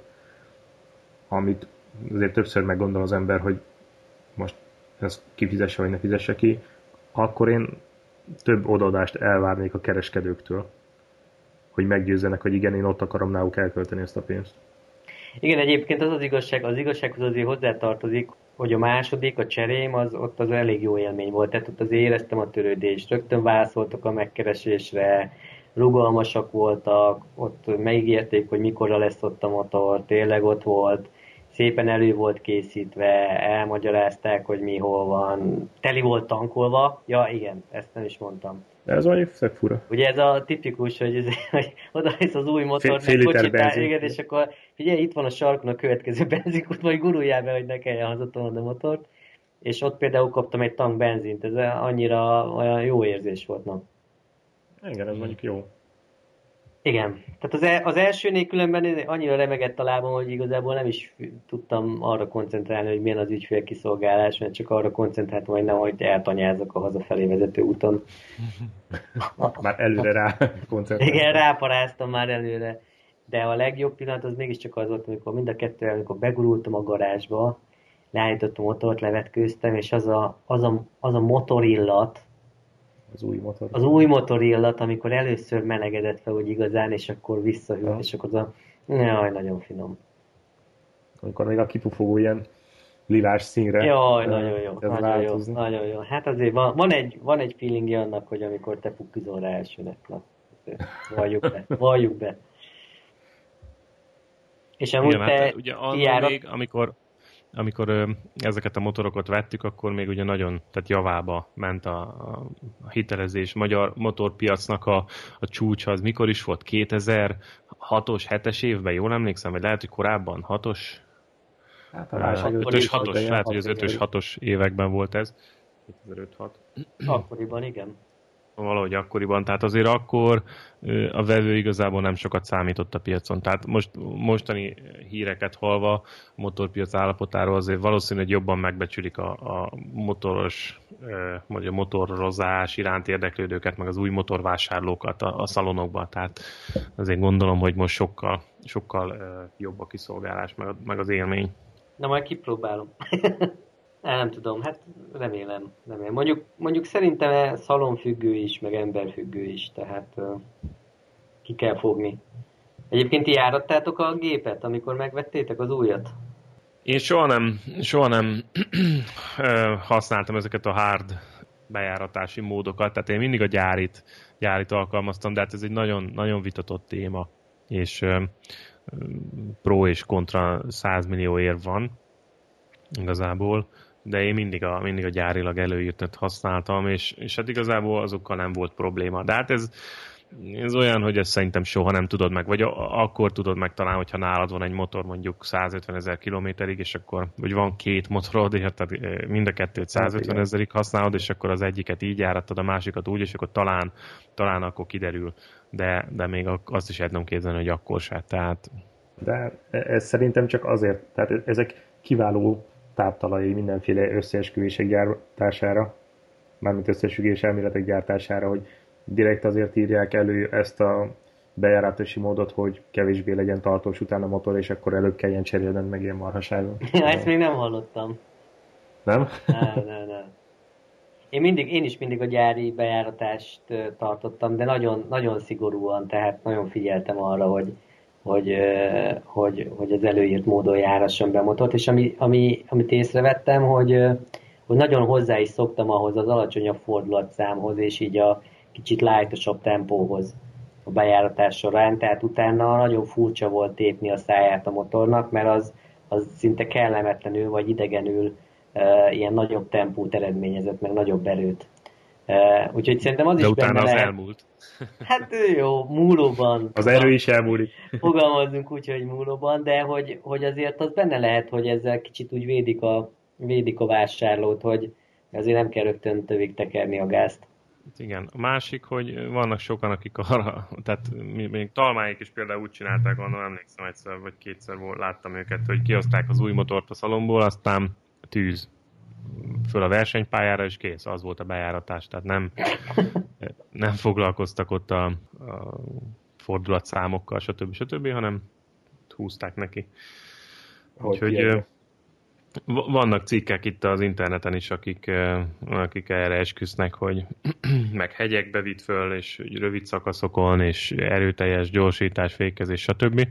amit azért többször meggondol az ember, hogy most ezt kifizesse vagy ne fizesse ki, akkor én több odaadást elvárnék a kereskedőktől, hogy meggyőzzenek, hogy igen, én ott akarom náluk elkölteni ezt a pénzt. Igen, egyébként az az igazság, az igazsághoz azért hozzátartozik, hogy a második, a cserém, az ott az elég jó élmény volt. Tehát ott azért éreztem a törődést, rögtön válaszoltak a megkeresésre, rugalmasak voltak, ott megígérték, hogy mikorra lesz ott a motor, tényleg ott volt, szépen elő volt készítve, elmagyarázták, hogy mi hol van, teli volt tankolva, ja igen, ezt nem is mondtam. De ez olyan szeg fura. Ugye ez a tipikus, hogy, ez, hogy odavisz az új motor, fél, fél liter benzin. Igen, és akkor figyelj, itt van a sarkon a következő benzinkút, majd guruljál be, hogy ne kelljen hazatolnod a motort. És ott például kaptam egy tank benzint, ez annyira olyan jó érzés volt, na. Igen, ez mondjuk jó. Igen. Tehát az, el, az elsőnél különben annyira remegett a lábam, hogy igazából nem is tudtam arra koncentrálni, hogy milyen az ügyfélkiszolgálás, mert csak arra koncentráltam, hogy nehogy eltanyázzak a hazafelé vezető úton. Már előre rá koncentráltam. Igen, ráparáztam már előre. De a legjobb pillanat az mégiscsak az volt, amikor mind a kettő, amikor begurultam a garázsba, leállítottam a motort, levetkőztem, és az a, az a, az a motorillat, Az új motor. Az új motorillat, amikor először melegedett fel, hogy igazán, és akkor visszahűlt, ja. És akkor az a... Jaj, nagyon finom. Amikor még a kipufogó ilyen lilás színre. Jaj, nagyon jó, nagyon jó, nagyon jó. Hát azért van, van, egy, van egy feelingje annak, hogy amikor te pukkizol rá elsőnek. Na, valljuk be, valljuk be. És amúgy igen, te... Hát, ugye járat... még, amikor amikor ö, ezeket a motorokat vettük, akkor még ugye nagyon, tehát javába ment a, a hitelezés. Magyar motorpiacnak a, a csúcsa az mikor is volt? kétezer-hatos, hetes évben, jól emlékszem? Vagy lehet, hogy korábban? hatos? Hát a ötös, hatos, lehet, hogy az ötös, hatos években volt ez. kétezer-öt-hat. Akkoriban, igen. Valahogy akkoriban, tehát azért akkor a vevő igazából nem sokat számított a piacon. Tehát most mostani híreket hallva a motorpiac állapotáról azért valószínűleg jobban megbecsülik a, a motoros, vagy a motorozás iránt érdeklődőket, meg az új motorvásárlókat a, a szalonokban. Tehát azért gondolom, hogy most sokkal, sokkal jobb a kiszolgálás, meg, meg az élmény. Na majd kipróbálom. Nem tudom, hát remélem, remélem. Mondjuk, mondjuk szerintem szalonfüggő is, meg emberfüggő is, tehát uh, ki kell fogni. Egyébként ti járattátok a gépet, amikor megvettétek az újat? Én soha nem, soha nem használtam ezeket a hard bejáratási módokat, tehát én mindig a gyárit, gyárit alkalmaztam, de hát ez egy nagyon, nagyon vitatott téma, és uh, pro és kontra száz millió érv van igazából, de én mindig a, mindig a gyárilag előírtat használtam, és, és hát igazából azokkal nem volt probléma. De hát ez, ez olyan, hogy ezt szerintem soha nem tudod meg, vagy a, akkor tudod meg talán, hogyha nálad van egy motor mondjuk százötven ezer kilométerig, és akkor, vagy van két motorod, érted, mind a kettőt százötven ezerig használod, és akkor az egyiket így járattad, a másikat úgy, és akkor talán, talán akkor kiderül. De, de még azt is el tudom képzelni, hogy akkor se. Tehát... De ez szerintem csak azért, tehát ezek kiváló táptalai mindenféle összeesküvések gyártására, mármint összeesküvés elméletek gyártására, hogy direkt azért írják elő ezt a bejáratási módot, hogy kevésbé legyen tartós utána a motor, és akkor előbb kelljen cserélned meg ilyen marhaságon. Ja, ezt még nem hallottam. Nem? Nem, nem, nem. Én, mindig, én is mindig a gyári bejáratást tartottam, de nagyon, nagyon szigorúan, tehát nagyon figyeltem arra, hogy Hogy, hogy, hogy az előírt módon járasson be a motort, és ami, ami, amit észrevettem, hogy, hogy nagyon hozzá is szoktam ahhoz az alacsonyabb fordulatszámhoz, és így a kicsit lightosabb tempóhoz a bejáratás során, tehát utána nagyon furcsa volt tépni a száját a motornak, mert az, az szinte kellemetlenül vagy idegenül e, ilyen nagyobb tempót eredményezett, meg nagyobb erőt. Uh, úgyhogy szerintem az de is utána benne az lehet. elmúlt. Hát jó, múlóban. Az erő is elmúlik. Fogalmazzunk úgy, hogy múlóban, de hogy, hogy azért az benne lehet, hogy ezzel kicsit úgy védik a, védik a vásárlót, hogy azért nem kell rögtön tövig tekerni a gázt. Igen. A másik, hogy vannak sokan, akik arra, tehát még Talmáik is például úgy csinálták, annól emlékszem egyszer, vagy kétszer volt, láttam őket, hogy kihozták az új motort a szalomból, aztán tűz föl a versenypályára, és kész, az volt a bejáratás, tehát nem, nem foglalkoztak ott a, a fordulatszámokkal, stb. stb., hanem húzták neki. Úgyhogy vannak cikkek itt az interneten is, akik, akik erre esküsznek, hogy meg hegyekbe vitt föl, és rövid szakaszokon, és erőteljes gyorsítás, fékezés, stb.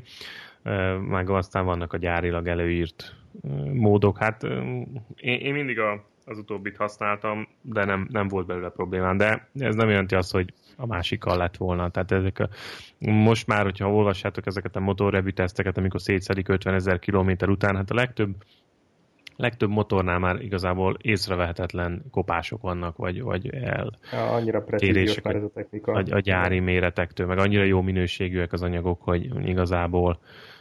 Meg aztán vannak a gyárilag előírt módok. Hát én, én mindig a, az utóbbit használtam, de nem, nem volt belőle problémám. De ez nem jelenti azt, hogy a másikkal lett volna. Tehát ezek a, most már, hogyha olvassátok ezeket a motorrevű teszteket, amikor szétszedik ötvenezer kilométer után, hát a legtöbb legtöbb motornál már igazából észrevehetetlen kopások vannak, vagy, vagy el ja, annyira precíziós már ez a technika. A, a gyári méretektől, meg annyira jó minőségűek az anyagok, hogy igazából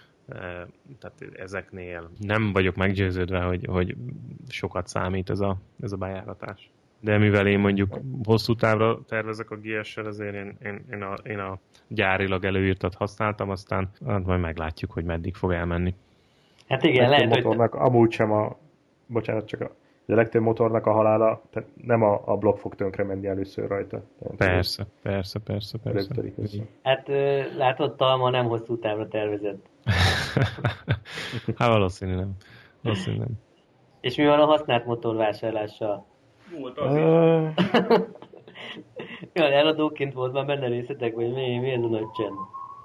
tehát ezeknél nem vagyok meggyőződve, hogy, hogy sokat számít ez a, ez a bejáratás. De mivel én mondjuk hosszú távra tervezek a gé es-sel, ezért én, én, én, a, én a gyárilag előírtat használtam, aztán hát majd meglátjuk, hogy meddig fog elmenni. Hát igen, lehet, motornak, hogy... amúgy sem a, bocsánat, csak a, a legtöbb motornak a halála, tehát nem a, a blokk fog tönkre menni először rajta. Persze, persze, persze, persze. Hát látod, Talma nem hosszú távra tervezett. Hát valószínű nem. Valószínű nem. És mi van a használt motorvásárlással? Volt az uh... Jó, eladóként volt már benne részletek, vagy mi, mi ez a nagy csend?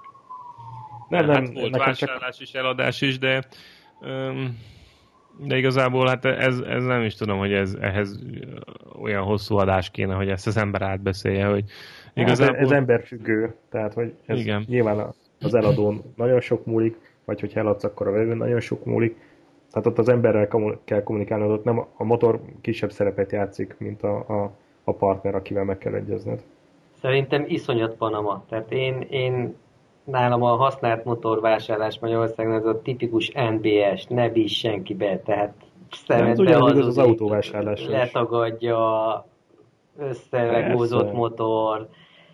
Nem, nem, hát volt vásárlás csak... is, eladás is, de um, de igazából hát ez, ez nem is tudom, hogy ez, ehhez olyan hosszú adás kéne, hogy ezt az ember átbeszélje, hogy igazából... Hát ez emberfüggő, tehát hogy ez igen. Nyilván az eladón nagyon sok múlik, vagy hogyha eladsz, akkor a vevőn nagyon sok múlik. Tehát ott az emberrel kell kommunikálni, ott nem a motor kisebb szerepet játszik, mint a, a, a partner, akivel meg kell egyezned. Szerintem iszonyat Panama. Tehát én, én nálam a használt motorvásárlás Magyarországon ez a tipikus en bé es, ne bízz senki be, tehát szemedbe az, az autóvásárlás letagadja, összelegózott motor.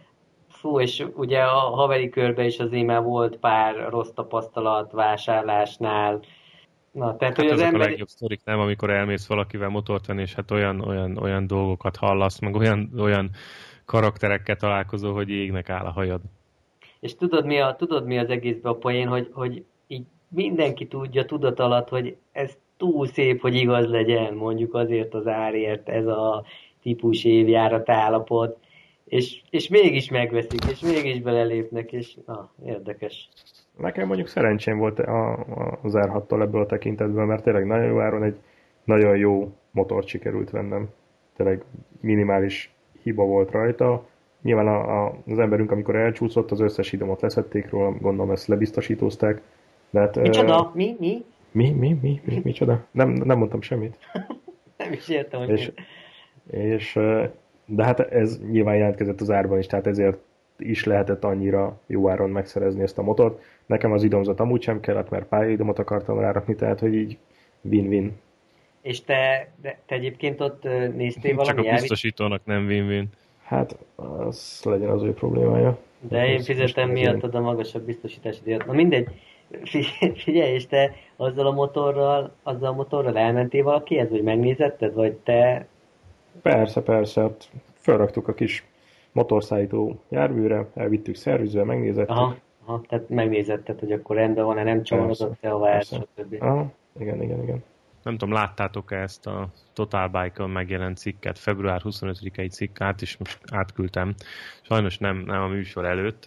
Fú, és ugye a haveri körben is azért már volt pár rossz tapasztalat vásárlásnál. Na, tehát, hát hogy az ezek ember... a legjobb sztorik, nem, amikor elmész valakivel motort venni, és hát olyan, olyan, olyan dolgokat hallasz, meg olyan, olyan karakterekkel találkozol, hogy égnek áll a hajad. És tudod mi, a, tudod mi az egészben a poén, hogy, hogy így mindenki tudja tudat alatt, hogy ez túl szép, hogy igaz legyen, mondjuk azért az árért ez a típus évjárat állapot, és, és mégis megveszik, és mégis belelépnek, és na, érdekes. Nekem mondjuk szerencsém volt a, a, az er hattól ebből a tekintetből, mert tényleg nagyon jó áron egy nagyon jó motort sikerült vennem. Tényleg minimális hiba volt rajta. Nyilván a, a, az emberünk, amikor elcsúszott, az összes idomot leszették róla, gondolom ezt lebiztosítózták. De hát, Micsoda? Uh, mi? Mi? Mi? Mi? Mi? Mi? Micsoda? Nem, nem mondtam semmit. Nem is értem, hogy és, és, de hát ez nyilván jelentkezett az árban is, tehát ezért is lehetett annyira jó áron megszerezni ezt a motort. Nekem az idomzat amúgy sem kellett, mert pályaidomot akartam rárakni, tehát hogy így win-win. És te, de, te egyébként ott néztél valami Csak a biztosítónak nem win-win. Hát, az legyen az ő problémája. De én fizetem miattad a magasabb biztosítási díjat. Na mindegy, figyelj, és te azzal a motorral, azzal a motorral elmentél valakihez, vagy megnézetted, vagy te... Persze, persze, hát felraktuk a kis motorszállító járműre, elvittük szervizbe, megnézettük. Aha, aha, tehát megnézetted, hogy akkor rendben van-e, nem csomózott-e a várt, stb. Aha, igen, igen, igen. Nem tudom, láttátok-e ezt a Total Bike-on megjelent cikket, február huszonötödikei cikk, át is most átküldtem. Sajnos nem, nem a műsor előtt.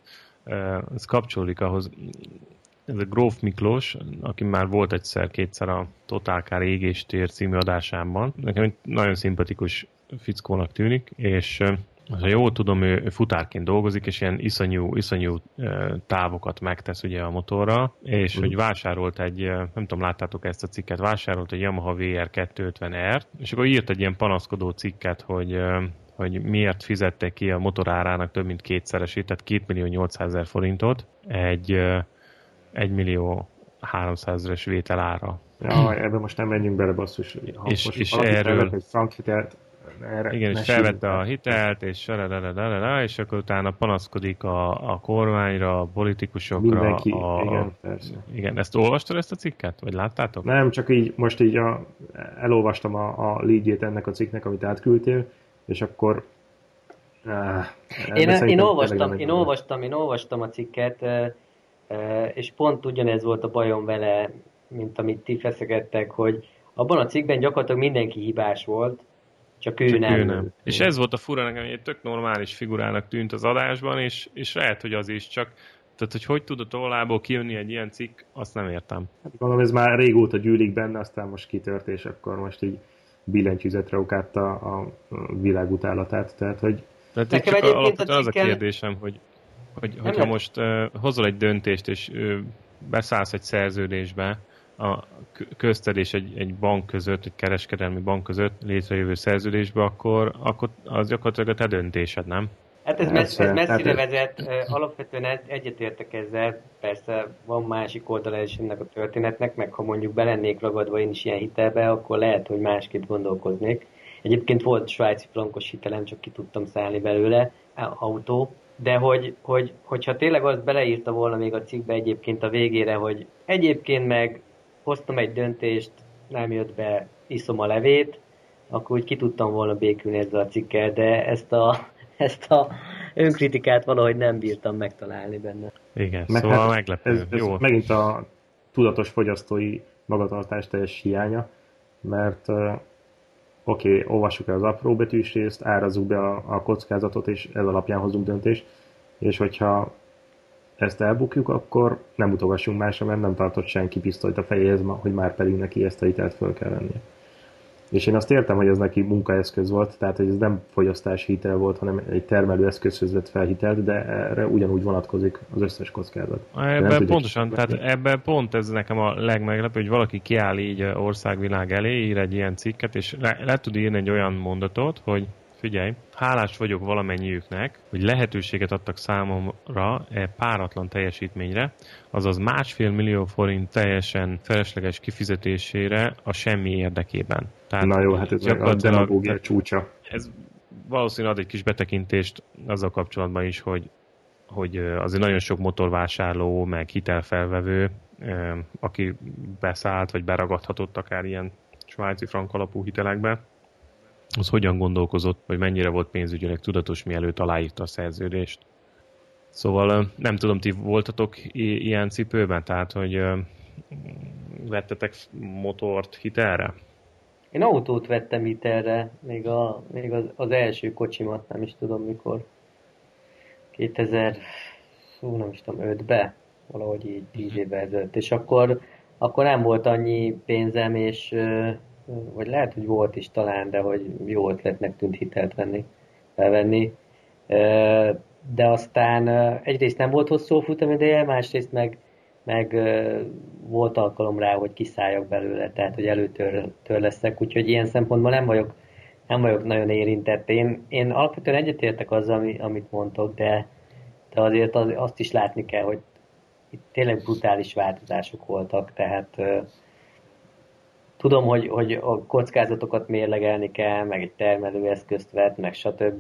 Ez kapcsolódik ahhoz, ez a Gróf Miklós, aki már volt egyszer-kétszer a Total Car égéstér című adásában. Nekem egy nagyon szimpatikus fickónak tűnik, és ha jól tudom, ő futárként dolgozik, és ilyen iszonyú, iszonyú távokat megtesz ugye a motorral, és mm. hogy vásárolt egy, nem tudom, láttátok ezt a cikket, vásárolt egy Yamaha vé er kétszázötven er, és akkor írt egy ilyen panaszkodó cikket, hogy hogy miért fizette ki a motorárának több mint kétszeresét, tehát kétmillió nyolcszázezer forintot egy egy millió háromszázezeres vételára. Ja, ebben most nem menjünk bele, basszus. Ha és, most és erről... egy frankhitelt, erre igen, és felvette a hitelt, és és akkor utána panaszkodik a, a kormányra, a politikusokra. Mindenki, a, igen, persze. Igen, ezt olvastad, ezt a cikket? Vagy láttátok? Nem, csak így most így a, elolvastam a, a leadjét ennek a cikknek, amit átküldtél, és akkor uh, én, én, olvastam, én, olvastam, én olvastam a cikket, uh, uh, és pont ugyanez volt a bajom vele, mint amit ti feszegettek, hogy abban a cikkben gyakorlatilag mindenki hibás volt, csak ő, csak nem. ő nem. És ez volt a fura nekem, hogy egy tök normális figurának tűnt az adásban, és, és lehet, hogy az is csak, tehát hogy hogy tud a tollából kijönni egy ilyen cikk, azt nem értem. Hát gondolom, ez már régóta gyűlik benne, aztán most kitört, és akkor most így billentyűzetre okátta a világ utálatát, tehát hogy... Tehát itt csak alapvetően az a kérdésem, hogy, hogy hogyha lehet. most uh, hozol egy döntést, és uh, beszállsz egy szerződésbe, a közted és egy, egy bank között, egy kereskedelmi bank között létrejövő szerződésbe, akkor, akkor az gyakorlatilag a te döntésed, nem? Hát ez, messz, ez messzire vezet, alapvetően egyetértek ezzel, persze van másik oldala is ennek a történetnek, meg ha mondjuk belennék ragadva én is ilyen hitelbe, akkor lehet, hogy másképp gondolkoznék. Egyébként volt svájci frankos hitelem, csak ki tudtam szállni belőle, autó, de hogy, hogy, hogyha tényleg azt beleírta volna még a cikkbe egyébként a végére, hogy egyébként meg hoztam egy döntést, nem jött be, iszom a levét, akkor úgy ki tudtam volna békülni ezzel a cikkel, de ezt a, ezt a önkritikát valahogy nem bírtam megtalálni benne. Igen, meg szóval hát meglepő. Ez, ez Jó. Megint a tudatos fogyasztói magatartás teljes hiánya, mert uh, oké, okay, olvassuk el az apró betűs részt, árazzuk be a, a kockázatot, és ez alapján hozunk döntést, és hogyha ezt elbukjuk, akkor nem utogassunk másra, mert nem tartott senki pisztolyt a fejéhez, hogy már pedig neki ezt a hitelt föl kell vennie. És én azt értem, hogy ez neki munkaeszköz volt, tehát hogy ez nem fogyasztási hitel volt, hanem egy termelő eszközhöz vett felhitelt, de erre ugyanúgy vonatkozik az összes kockázat. Ebben pontosan, tehát ebben pont ez nekem a legmeglepő, hogy valaki kiáll így országvilág elé, ír egy ilyen cikket, és le, le tud írni egy olyan mondatot, hogy figyelj, hálás vagyok valamennyiüknek, hogy lehetőséget adtak számomra e páratlan teljesítményre, azaz másfél millió forint teljesen felesleges kifizetésére a semmi érdekében. Tehát na jó, hát ez a demagógia csúcsa. Ez valószínűleg ad egy kis betekintést azzal kapcsolatban is, hogy, hogy azért nagyon sok motorvásárló, meg hitelfelvevő, aki beszállt, vagy beragadhatott akár ilyen svájci frank alapú hitelekbe, az hogyan gondolkozott, vagy mennyire volt pénzügyileg tudatos, mielőtt aláírta a szerződést. Szóval nem tudom, ti voltatok i- ilyen cipőben? Tehát, hogy vettetek motort hitelre? Én autót vettem hitelre, még, a, még az, az első kocsimat, nem is tudom mikor. kétezer, szó, nem is tudom, ötbe, valahogy így tíz évvel ezelőtt. És akkor, akkor nem volt annyi pénzem, és vagy lehet, hogy volt is talán, de hogy jó ötletnek tűnt hitelt venni, felvenni. De aztán egyrészt nem volt hosszú futamideje, másrészt meg, meg volt alkalom rá, hogy kiszálljak belőle, tehát hogy előtör leszek, úgyhogy ilyen szempontból nem vagyok, nem vagyok nagyon érintett. Én, én alapvetően egyetértek azzal, amit mondtok, de, de azért az, azt is látni kell, hogy itt tényleg brutális változások voltak, tehát tudom, hogy, hogy a kockázatokat mérlegelni kell, meg egy termelőeszközt vett, meg stb.,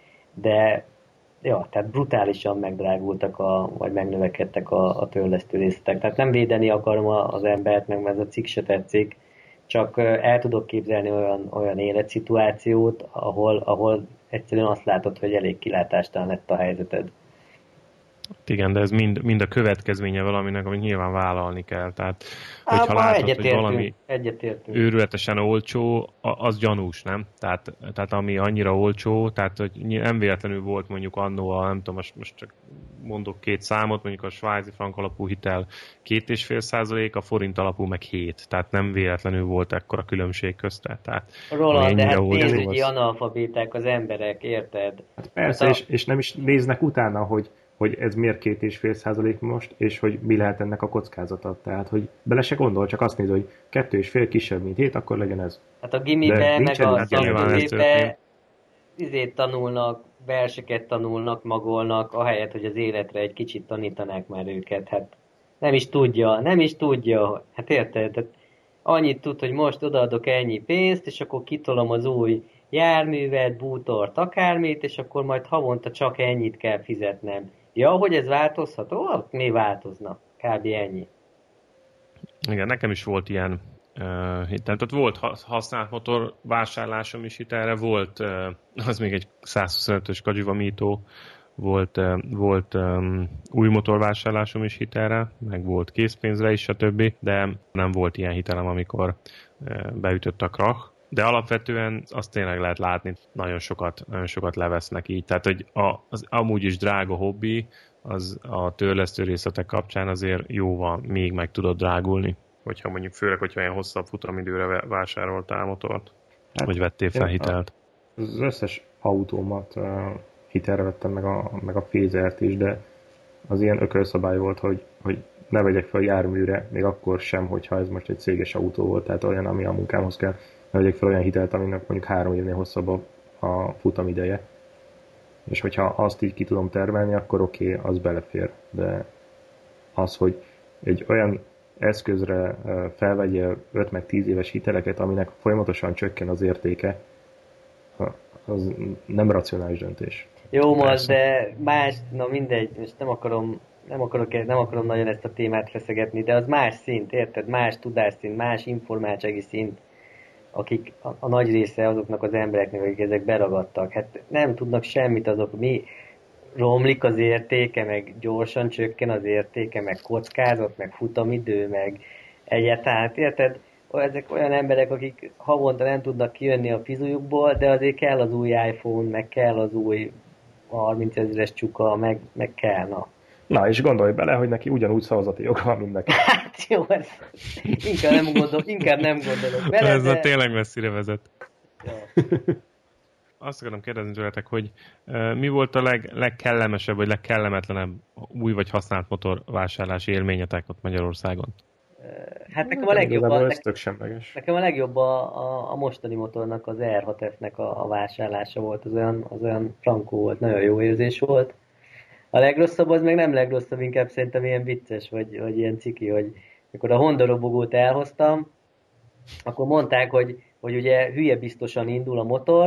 de ja, tehát brutálisan megdrágultak, a, vagy megnövekedtek a, a törlesztő részletek. Tehát nem védeni akarom az embert, meg ez a cikk se tetszik, csak el tudok képzelni olyan, olyan életszituációt, ahol, ahol egyszerűen azt látod, hogy elég kilátástalan lett a helyzeted. Igen, de ez mind, mind a következménye valaminek, amit nyilván vállalni kell. Tehát, hogyha Á, látod, hogy valami egyetértünk. őrületesen olcsó, az gyanús, nem? Tehát, tehát ami annyira olcsó, tehát hogy nem véletlenül volt mondjuk annó a, nem tudom, most, most csak mondok két számot, mondjuk a svájci frank alapú hitel két és fél százalék, a forint alapú meg hét. Tehát nem véletlenül volt ekkora különbség közte. Tehát, Roland, de hát pénzügyi az... analfabéták az emberek, érted? Hát persze, hát a... és, és nem is néznek utána, hogy hogy ez miért két és fél százalék most, és hogy mi lehet ennek a kockázata. Tehát, hogy bele se gondol, csak azt néz, hogy kettő és fél kisebb, mint hét, akkor legyen ez. Hát a gimibe, meg a szakközépe izét tanulnak, verseket tanulnak, magolnak, ahelyett, hogy az életre egy kicsit tanítanák már őket. Hát nem is tudja, nem is tudja. Hát érted? Hát annyit tud, hogy most odaadok ennyi pénzt, és akkor kitolom az új járművet, bútort, akármit, és akkor majd havonta csak ennyit kell fizetnem. Ja, hogy ez változhat? Ó, mi változna? Kb. Ennyi. Igen, nekem is volt ilyen uh, hitel. Tehát volt használt motor vásárlásom is hitelre, volt uh, az még egy százhuszonötös Kajiva Mito, volt, uh, volt um, új motorvásárlásom is hitelre, meg volt készpénzre is, stb. De nem volt ilyen hitelem, amikor uh, beütött a krach. De alapvetően azt tényleg lehet látni, nagyon sokat, nagyon sokat levesznek így. Tehát, hogy a, az amúgy is drága hobbi, az a törlesztő részletek kapcsán azért jóval még meg tudod drágulni. Hogyha mondjuk főleg, hogyha ilyen hosszabb futamidőre vásároltál motort, hát, vagy vettél fel hitelt. Az összes autómat uh, hitelre vettem, meg a, meg a Fézert is, de az ilyen ökölszabály volt, hogy, hogy ne vegyek fel járműre, még akkor sem, hogyha ez most egy céges autó volt, tehát olyan, ami a munkámhoz kell. Ne vegyek fel olyan hitelt, aminek mondjuk három évnél hosszabb a, a futamideje. És hogyha azt így ki tudom termelni, akkor oké, okay, az belefér. De az, hogy egy olyan eszközre felvegye öt meg tíz éves hiteleket, aminek folyamatosan csökken az értéke, az nem racionális döntés. Jó, most, de más, na mindegy, most nem akarom, nem akarok, nem akarom nagyon ezt a témát feszegetni, de az más szint, érted? Más tudásszint, más informáltsági szint, akik a, a nagy része azoknak az embereknek, akik ezek beragadtak. Hát nem tudnak semmit azok, mi romlik az értéke, meg gyorsan csökken az értéke, meg kockázat, meg futamidő, meg egyáltalán, érted? Ezek olyan emberek, akik havonta nem tudnak kijönni a fizujukból, de azért kell az új iPhone, meg kell az új harminc ezeres csuka, meg, meg kell, na. Na, és gondolj bele, hogy neki ugyanúgy szavazati joga van, mint neki. Hát jó, ez inkább nem, gondol, inkább nem gondolok bele, ez de... a tényleg messzire vezet. Ja. Azt akarom kérdezni tőletek, hogy uh, mi volt a leg, legkellemesebb, vagy legkellemetlenebb új vagy használt motor vásárlási élményetek ott Magyarországon? Hát nekem a legjobb a, nekem, nekem a, legjobb a, a, a mostani motornak, az er hat ef-nek a, a vásárlása volt, az olyan, az olyan frankó volt, nagyon jó érzés volt. A legrosszabb az meg nem legrosszabb, inkább szerintem ilyen vicces, vagy, vagy ilyen ciki, hogy mikor a Honda robogót elhoztam, akkor mondták, hogy, hogy ugye hülye biztosan indul a motor,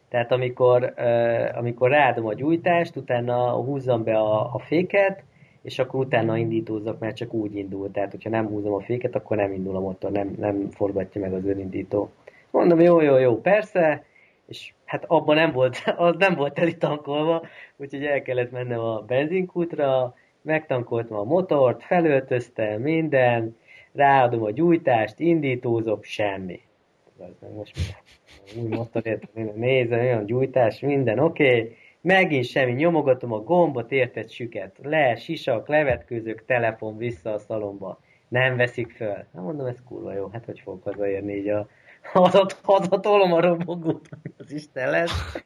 Tehát amikor, uh, amikor ráadom a gyújtást, utána húzzam be a, a féket, és akkor utána indítózzak, mert csak úgy indul. Tehát, hogyha nem húzom a féket, akkor nem indul a motor, nem, nem forgatja meg az önindító. Mondom, jó, jó, jó, persze, és hát abban nem volt, az nem volt telitankolva, úgyhogy el kellett mennem a benzinkútra, megtankoltam a motort, felöltöztem, minden, ráadom a gyújtást, indítózok, semmi. Most új motorért nézem, olyan gyújtás, minden oké, okay. Megint semmi, nyomogatom a gombot, érted, süket, le, sisak, levetkőzök, telefon vissza a szalomba, nem veszik föl. Hát mondom, ez kurva jó, hát hogy fogok hazaérni így a hazat, hazatolom a robogót, az Isten lesz.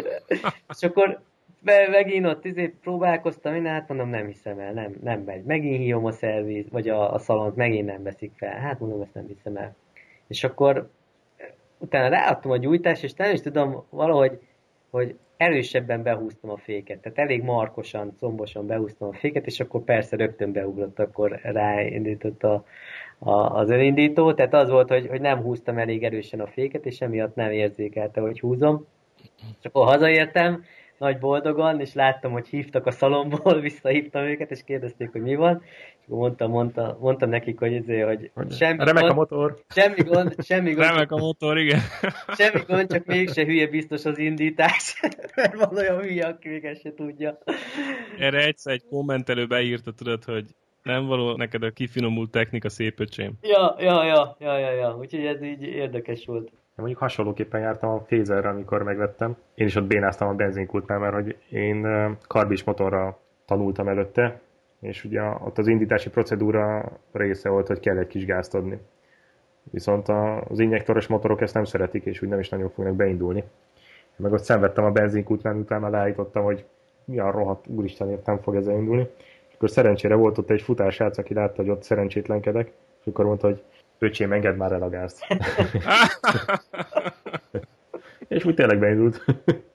És akkor megint ott izé próbálkoztam, én hát mondom, nem hiszem el, nem, nem megy. Megint hívom a szerviz, vagy a, a szalont, megint nem veszik fel. Hát mondom, ezt nem hiszem el. És akkor utána ráadtam a gyújtást, és nem is tudom, valahogy, hogy erősebben behúztam a féket. Tehát elég markosan, combosan behúztam a féket, és akkor persze rögtön beugrott, akkor ráindított a, a, az önindító. Tehát az volt, hogy, hogy nem húztam elég erősen a féket, és emiatt nem érzékelte, hogy húzom. És akkor hazaértem, nagy boldogan, és láttam, hogy hívtak a szalomból, visszahívtam őket, és kérdezték, hogy mi van. És akkor mondtam, mondta, mondtam nekik, hogy, ezért, hogy semmi remek gond, a motor. Semmi gond, semmi gond. Remek a motor, igen. Semmi gond, csak mégse hülye biztos az indítás. Mert van olyan hülye, aki még ezt se tudja. Erre egyszer egy kommentelő beírta, tudod, hogy nem való neked a kifinomult technika, szép öcsém. Ja, ja, ja, ja, ja, ja. Úgyhogy ez így érdekes volt. Mondjuk hasonlóképpen jártam a Phaserre, amikor megvettem. Én is ott bénáztam a benzinkultnál, mert hogy én karbis motorra tanultam előtte, és ugye ott az indítási procedúra része volt, hogy kell egy kis gázt adni. Viszont az injektoros motorok ezt nem szeretik, és úgy nem is nagyon fognak beindulni. Én meg ott szenvedtem a benzinkultnál, utána leállítottam, hogy mi a rohadt úristenért nem fog ez elindulni. És akkor szerencsére volt ott egy futársrác, aki látta, hogy ott szerencsétlenkedek, és akkor mondta, hogy öcsém, engedd már el a gázt. És úgy tényleg beindult.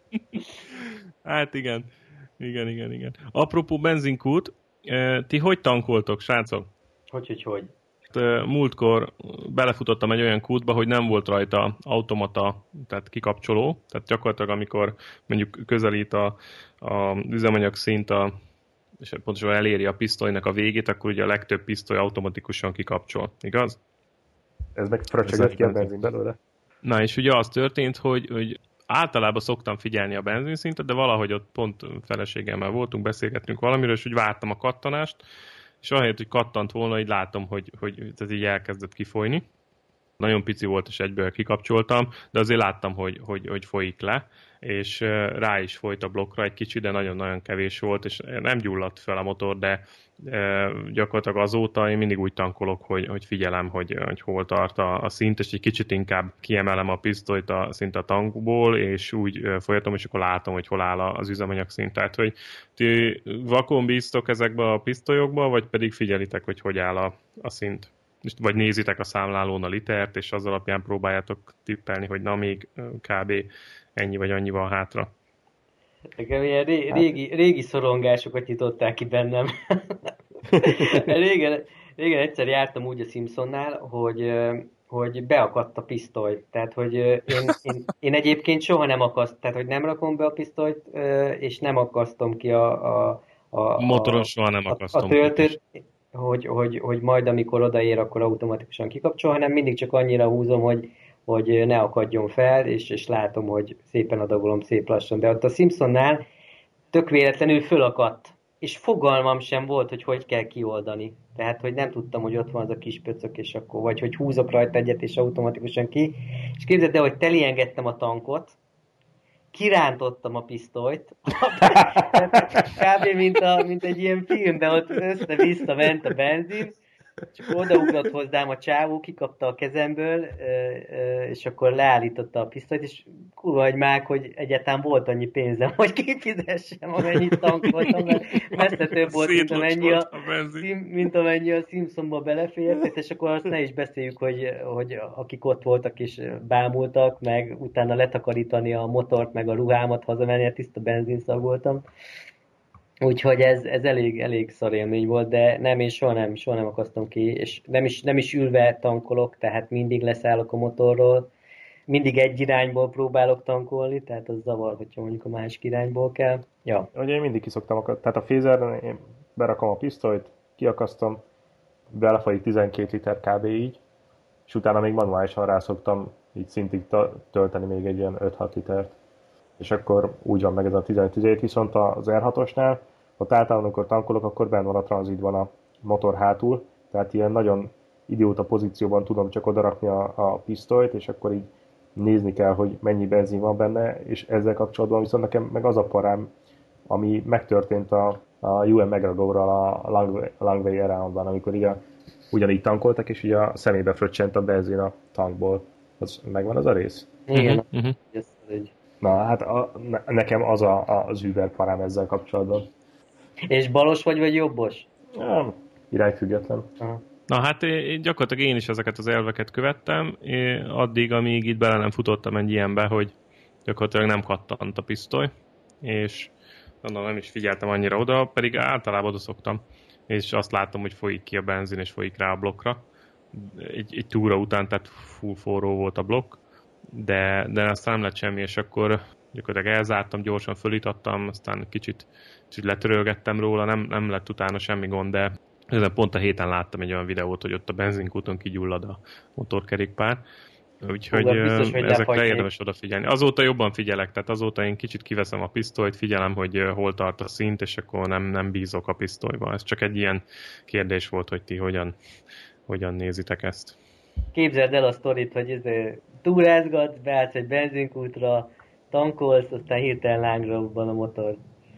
Hát igen. Igen, igen, igen. Apropó benzinkút, ti hogy tankoltok, srácok? Hogy, hogy, hogy? Múltkor belefutottam egy olyan kútba, hogy nem volt rajta automata, tehát kikapcsoló, tehát gyakorlatilag amikor mondjuk közelít a, a üzemanyag szint, a, és pontosan eléri a pisztolynak a végét, akkor ugye a legtöbb pisztoly automatikusan kikapcsol, igaz? Ez meg fröcsögött ki a benzin belőle. Na és ugye az történt, hogy, hogy általában szoktam figyelni a benzinszintet, de valahogy ott pont feleségemmel voltunk, beszélgettünk valamiről, és úgy vártam a kattanást, és ahelyett, hogy kattant volna, így látom, hogy, hogy ez így elkezdett kifolyni. Nagyon pici volt, és egyből kikapcsoltam, de azért láttam, hogy, hogy, hogy folyik le, és rá is folyt a blokkra egy kicsit, de nagyon-nagyon kevés volt, és nem gyulladt fel a motor, de gyakorlatilag azóta én mindig úgy tankolok, hogy, hogy figyelem, hogy, hogy hol tart a, a szint, és egy kicsit inkább kiemelem a pisztolyt a, szint a tankból, és úgy folyatom, és akkor látom, hogy hol áll az üzemanyag szint. Tehát, hogy ti vakon bíztok ezekbe a pisztolyokba, vagy pedig figyelitek, hogy hogy áll a, a szint? Vagy nézitek a számlálón a litert, és az alapján próbáljátok tippelni, hogy na még kb. Ennyi vagy annyi van hátra. Nekem ilyen ré- régi, régi szorongásokat nyitották ki bennem. régen, régen egyszer jártam úgy a Simpsonnál, hogy, hogy beakadt a pisztoly. Tehát, hogy én, én, én egyébként soha nem akaszt, tehát, hogy nem rakom be a pisztolyt, és nem akasztom ki a, a, a, motoron soha nem akasztom. A töltőt, hogy, hogy, hogy majd amikor odaér, akkor automatikusan kikapcsol, hanem mindig csak annyira húzom, hogy hogy ne akadjon fel, és, és látom, hogy szépen adagolom szép lassan. De ott a Simpsonnál tök véletlenül fölakadt, és fogalmam sem volt, hogy hogy kell kioldani. Tehát, hogy nem tudtam, hogy ott van az a kis pöcök, és akkor, vagy hogy húzok rajta egyet, és automatikusan ki. És képzeld el, hogy teliengettem a tankot, kirántottam a pisztolyt, kb. Mint, a, mint egy ilyen filmben, ott össze-vissza ment a benzin, csak odaugrott hozzám a csávó, kikapta a kezemből, és akkor leállította a pisztolyt, és kurva agymák, hogy egyáltalán volt annyi pénzem, hogy kifizessem, amennyit tankoltam, mert messze több volt, mint amennyi a, mint amennyi a Simpsonba belefért, és akkor azt ne is beszéljük, hogy, hogy akik ott voltak és bámultak, meg utána letakarítani a motort, meg a ruhámat, hazamenni, hát tiszta benzinszag voltam. Úgyhogy ez, ez elég, elég szar élmény volt, de nem, én soha nem, soha nem akasztom ki, és nem is, nem is ülve tankolok, tehát mindig leszállok a motorról. mindig egy irányból próbálok tankolni, tehát az zavar, hogyha mondjuk a másik irányból kell. Ja. Ugye én mindig kiszoktam, akar, tehát a phaserren én berakom a pisztolyt, kiakasztom, belefolyik tizenkét liter kb. Így, és utána még manuálisan rászoktam így szintig tölteni még egy ilyen öt-hat litert. És akkor úgy van meg ez a tizenöt, viszont az er hatosnál, ott általában, amikor tankolok, akkor benne van a tranzitban a motor hátul, tehát ilyen nagyon idióta pozícióban tudom csak odarakni a, a pisztolyt, és akkor így nézni kell, hogy mennyi benzin van benne, és ezzel kapcsolatban viszont nekem meg az a parám, ami megtörtént a, a U M McGregorral a Long, Long Way Around-ban, amikor így a, ugyanígy tankoltak, és így a szemébe fröccsent a benzin a tankból. Az, megvan az a rész? Igen. Uh-huh. Na, hát a, ne, nekem az a, az über parám ezzel kapcsolatban. És balos vagy, vagy jobbos? Ja, irányfüggetlen. Aha. Na hát én, gyakorlatilag én is ezeket az elveket követtem, addig, amíg itt bele nem futottam egy ilyenbe, hogy gyakorlatilag nem kattant a pisztoly, és mondom, nem is figyeltem annyira oda, pedig általában oda szoktam, és azt látom, hogy folyik ki a benzin, és folyik rá a blokkra. Egy, egy túra után, tehát full forró volt a blokk, de, de aztán nem lett semmi, és akkor gyakorlatilag elzártam, gyorsan fölítattam, aztán kicsit, kicsit letörölgettem róla, nem, nem lett utána semmi gond, de ezen pont a héten láttam egy olyan videót, hogy ott a benzinkúton kigyullad a motorkerékpár. Úgyhogy Uga, biztos, hogy ezekre érdemes odafigyelni. Azóta jobban figyelek, tehát azóta én kicsit kiveszem a pisztolyt, figyelem, hogy hol tart a szint, és akkor nem, nem bízok a pisztolyba. Ez csak egy ilyen kérdés volt, hogy ti hogyan, hogyan nézitek ezt. Képzeld el a sztorit, hogy túrázgatsz, beállsz egy benzinkútra, tankolsz, aztán hirtelen lángra robban a motor.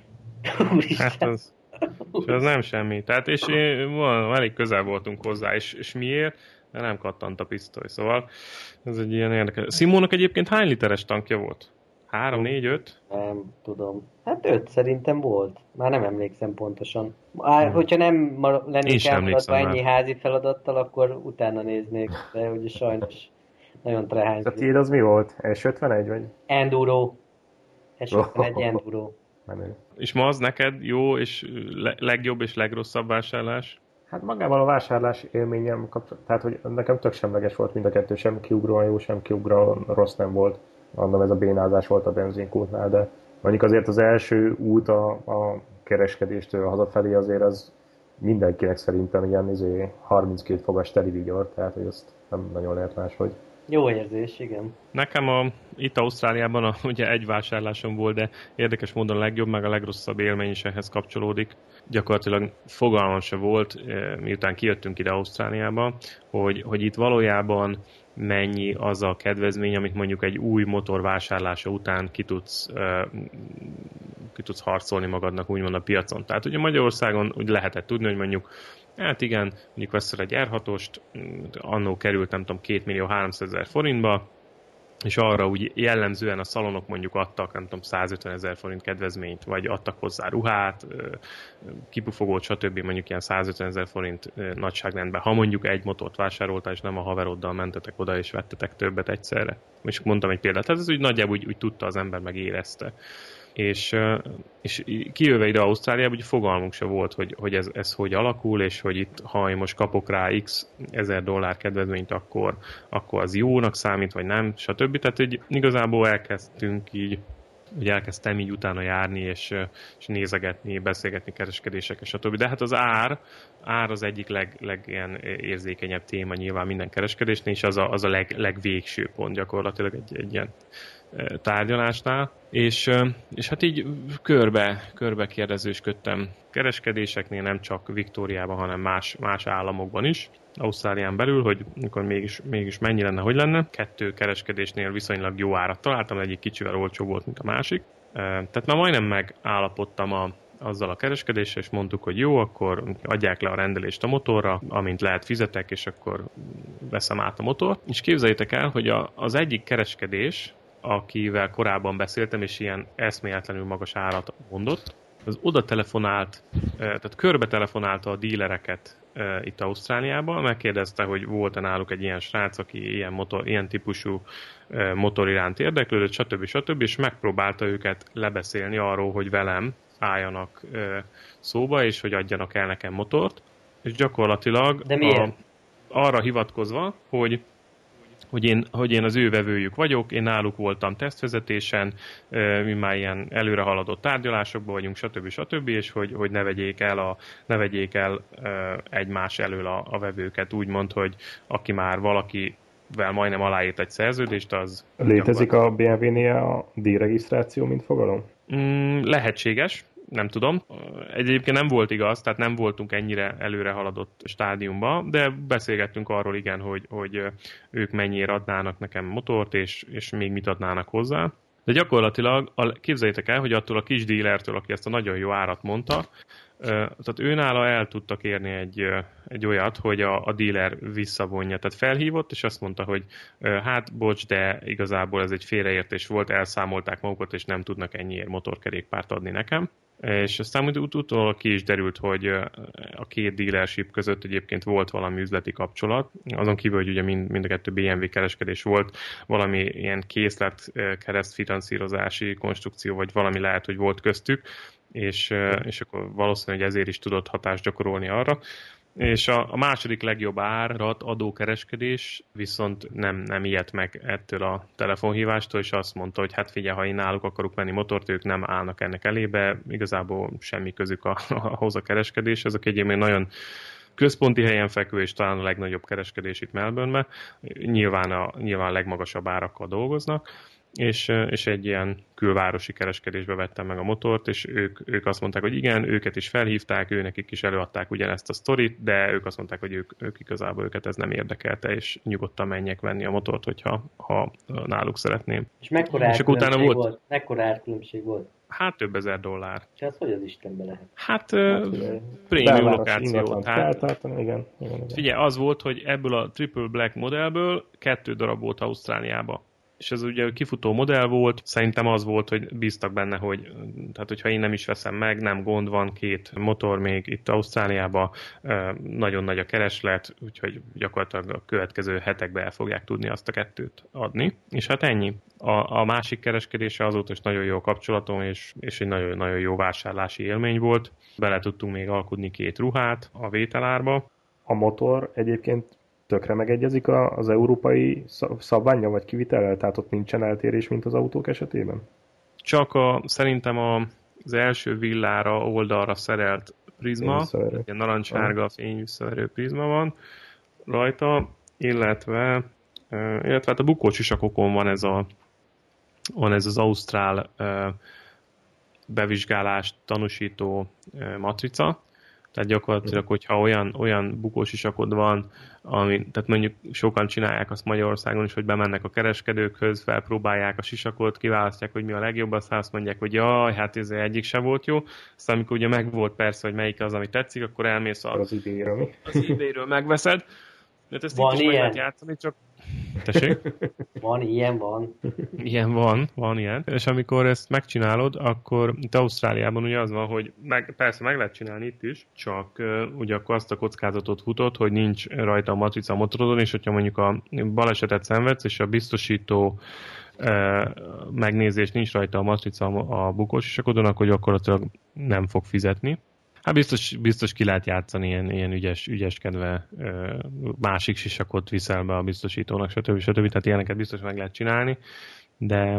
Hát az, és az nem semmi. Tehát, és én, van, elég közel voltunk hozzá, és, és miért? De nem kattant a pisztoly, szóval ez egy ilyen érdekes. Simónak egyébként hány literes tankja volt? Három, négy, öt? Nem tudom. Hát öt szerintem volt. Már nem emlékszem pontosan. Á, hmm. Hogyha nem lennék elmaradva ennyi már. házi feladattal, akkor utána néznék. De ugye sajnos nagyon trehány. Tehát tiéd az mi volt? es ötvenegy vagy? Enduro. es ötvenegy oh. Enduro. Menő. És ma az neked jó és le- legjobb és legrosszabb vásárlás? Hát magával a vásárlás élményem kapcsolatban, tehát hogy nekem tök semleges volt mind a kettő, sem kiugróan jó, sem kiugróan rossz nem volt. Mondom, ez a bénázás volt a benzinkútnál, de mondjuk azért az első út a, a kereskedéstől hazafelé azért az mindenkinek szerintem ilyen izé, harminckét fogas teli vigyor, tehát hogy azt nem nagyon lehet máshogy. Jó érzés, igen. Nekem a, itt Ausztráliában a, ugye egy vásárlásom volt, de érdekes módon a legjobb, meg a legrosszabb élmény is ehhez kapcsolódik. Gyakorlatilag fogalmam se volt, miután kijöttünk ide Ausztráliába, hogy, hogy itt valójában mennyi az a kedvezmény, amit mondjuk egy új motor vásárlása után ki tudsz, ki tudsz harcolni magadnak úgymond a piacon. Tehát ugye Magyarországon úgy lehetett tudni, hogy mondjuk hát igen, mondjuk veszel egy er hatost, annó került nem tudom két millió háromszázezer forintba, és arra úgy jellemzően a szalonok mondjuk adtak nem tudom százötvenezer forint kedvezményt, vagy adtak hozzá ruhát, kipufogót, stb. Mondjuk ilyen százötvenezer forint nagyságrendben. Ha mondjuk egy motort vásároltál, és nem a haveroddal mentetek oda, és vettetek többet egyszerre. És mondtam egy példát, hát ez úgy nagyjából úgy, úgy tudta az ember, meg érezte. És, és kijöve ide Ausztráliába, úgy fogalmunk se volt, hogy, hogy ez, ez hogy alakul, és hogy itt, ha én most kapok rá x ezer dollár kedvezményt, akkor, akkor az jónak számít, vagy nem, stb. Tehát hogy igazából elkezdtünk így, hogy elkezdtem így utána járni, és, és nézegetni, beszélgetni kereskedések, stb. De hát az ár, ár az egyik leg, leg ilyen érzékenyebb téma nyilván minden kereskedésnél, és az a, az a leg, legvégső pont gyakorlatilag egy, egy ilyen tárgyalásnál, és, és hát így körbe, körbe kérdezősködtem kereskedéseknél, nem csak Viktóriában, hanem más, más államokban is, Ausztrálián belül, hogy mikor mégis, mégis mennyi lenne, hogy lenne. Kettő kereskedésnél viszonylag jó árat találtam, egyik kicsivel olcsó volt, mint a másik. Tehát már majdnem megállapodtam a azzal a kereskedéssel, és mondtuk, hogy jó, akkor adják le a rendelést a motorra, amint lehet fizetek, és akkor veszem át a motor. És képzeljétek el, hogy a, az egyik kereskedés, akivel korábban beszéltem, és ilyen eszméletlenül magas árat mondott, az oda telefonált, tehát körbe telefonálta a dílereket itt Ausztráliában, megkérdezte, hogy volt-e náluk egy ilyen srác, aki ilyen, motor, ilyen típusú motor iránt érdeklődött, stb. stb. És megpróbálta őket lebeszélni arról, hogy velem álljanak szóba, és hogy adjanak el nekem motort, és gyakorlatilag De miért? A, arra hivatkozva, hogy hogy én, hogy én az ő vevőjük vagyok, én náluk voltam tesztvezetésen, mi már ilyen előre haladott tárgyalásokban vagyunk, stb. stb. És hogy, hogy ne vegyék el, a, ne vegyék el egymás elől a, a vevőket, úgymond, hogy aki már valakivel majdnem aláírt egy szerződést, az... Létezik a bé em vé-nél a díjregisztráció, mint fogalom? Mm, lehetséges. Nem tudom. Egyébként nem volt igaz, tehát nem voltunk ennyire előre haladott stádiumban, de beszélgettünk arról, igen, hogy, hogy ők mennyire adnának nekem motort, és, és még mit adnának hozzá. De gyakorlatilag képzeljétek el, hogy attól a kis dílertől, aki ezt a nagyon jó árat mondta, tehát őnála el tudtak érni egy, egy olyat, hogy a, a díler visszavonja. Tehát felhívott, és azt mondta, hogy hát bocs, de igazából ez egy félreértés volt, elszámolták magukat, és nem tudnak ennyiért motorkerékpárt adni nekem. És aztán ut- utólag ki is derült, hogy a két dealership között egyébként volt valami üzleti kapcsolat. Azon kívül, hogy ugye mind, mind a kettő bé em vé kereskedés volt, valami ilyen készlet keresztfinanszírozási konstrukció, vagy valami lehet, hogy volt köztük, és, és akkor valószínűleg ezért is tudott hatást gyakorolni arra. És a, a második legjobb árat adó kereskedés viszont nem, nem ijedt meg ettől a telefonhívástól, és azt mondta, hogy hát figyelj, ha én náluk akarok venni motort, ők nem állnak ennek elébe, igazából semmi közük a, ahhoz a kereskedés. Ezek egyébként nagyon központi helyen fekvő, és talán a legnagyobb kereskedés itt Melbourne-ben. Nyilván a, nyilván a legmagasabb árakkal dolgoznak, és, és egy ilyen külvárosi kereskedésbe vettem meg a motort, és ők, ők azt mondták, hogy igen, őket is felhívták, őnekik is előadták ugyanezt a sztorit, de ők azt mondták, hogy ők, ők igazából őket ez nem érdekelte, és nyugodtan menjek venni a motort, hogyha ha náluk szeretném. És mekkora árkülönbség volt? volt? Mekkora árkülönbség volt? Hát több ezer dollár. És az hogy az Istenbe lehet? Hát, hát uh, prémium lokáció. Tehát, igen, igen, igen. Figyelj, az volt, hogy ebből a Triple Black modellből kettő darab volt Ausztráliába. És ez ugye kifutó modell volt, szerintem az volt, hogy bíztak benne, hogy tehát hogyha én nem is veszem meg, nem gond van, két motor még itt Ausztráliában, nagyon nagy a kereslet, úgyhogy gyakorlatilag a következő hetekben el fogják tudni azt a kettőt adni. És hát ennyi. A, a másik kereskedése azóta is nagyon jó kapcsolatom, és, és egy nagyon, nagyon jó vásárlási élmény volt. Bele tudtunk még alkudni két ruhát a vételárba. A motor egyébként tökre megegyezik az európai szabvánnyal vagy kivitellel, tehát ott nincsen eltérés, mint az autók esetében? Csak a, szerintem a, az első villára oldalra szerelt prizma, egy narancssárga fényvisszaverő prizma van rajta, illetve, illetve hát a bukócsisakokon van ez, a, van ez az ausztrál bevizsgálást tanúsító matrica. Tehát gyakorlatilag, hogyha olyan, olyan bukósisakod van, ami, tehát mondjuk sokan csinálják azt Magyarországon is, hogy bemennek a kereskedőkhöz, felpróbálják a sisakot, kiválasztják, hogy mi a legjobb, aztán azt mondják, hogy jaj, hát ez egyik se volt jó. Aztán amikor ugye megvolt persze, hogy melyik az, ami tetszik, akkor elmész a, az eBay-ről. Az eBay-ről megveszed. De ezt van itt is meg lehet játszani, csak... Tessék? Van, ilyen van. Ilyen van, van ilyen. És amikor ezt megcsinálod, akkor itt Ausztráliában ugye az van, hogy meg, persze meg lehet csinálni itt is, csak uh, ugye akkor azt a kockázatot futod, hogy nincs rajta a matrica a motorodon, és hogyha mondjuk a balesetet szenvedsz, és a biztosító uh, megnézés nincs rajta a matrica a bukósisakodon, akkor gyakorlatilag nem fog fizetni. Hát biztos, biztos ki lehet játszani ilyen, ilyen ügyes, ügyeskedve másik sisakot viszel be a biztosítónak, stb. stb. Tehát ilyeneket biztos meg lehet csinálni, de,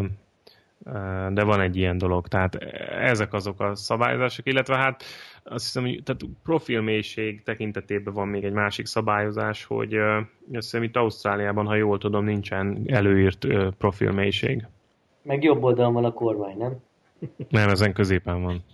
de van egy ilyen dolog. Tehát ezek azok a szabályozások, illetve hát azt hiszem, hogy tehát profilmélység tekintetében van még egy másik szabályozás, hogy azt hiszem itt Ausztráliában, ha jól tudom, nincsen előírt profilmélység. Meg jobb oldalon van a kormány, nem? Nem, ezen középen van.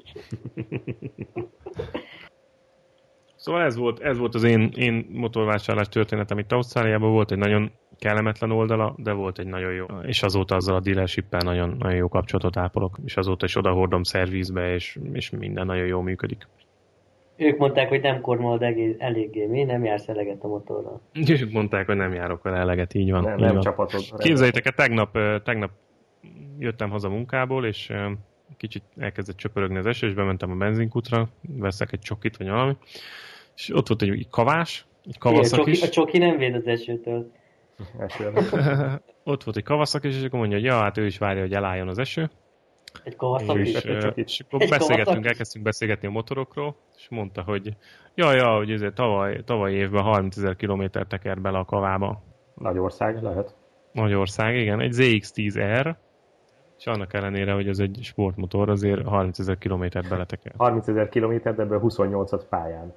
Szóval ez volt, ez volt az én, én motorvásárlás történetem itt Ausztráliában. Volt egy nagyon kellemetlen oldala, de volt egy nagyon jó. És azóta azzal a dealershippel nagyon, nagyon jó kapcsolatot ápolok, és azóta is odahordom szervizbe, és, és minden nagyon jól működik. Ők mondták, hogy nem kormolod eléggé, mi? Nem jársz eleget a motorral? Ők mondták, hogy nem járok vele eleget, így van. Nem, így nem van. csapatod. Képzeljétek el, tegnap, tegnap jöttem haza munkából, és kicsit elkezdett csöpörögni az eső, és bementem a benzinkútra, veszek egy csokit, vagy valami, és ott volt egy kavás, egy kavaszak is. A csoki nem véd az esőtől. Ott volt egy kavaszak is, és akkor mondja, hogy ja, hát ő is várja, hogy elálljon az eső. Egy kavaszak is? És, és akkor egy beszélgettünk, elkezdtünk beszélgetni a motorokról, és mondta, hogy ja, ja, hogy ezért tavaly, tavaly évben harmincezer kilométer teker bele a kavába. Nagyország lehet. Nagyország, igen. Egy zé iksz tíz er, és annak ellenére, hogy ez egy sportmotor, azért harmincezer kilométert beleteker. harmincezer kilométer, de ebből huszonnyolcat pályán.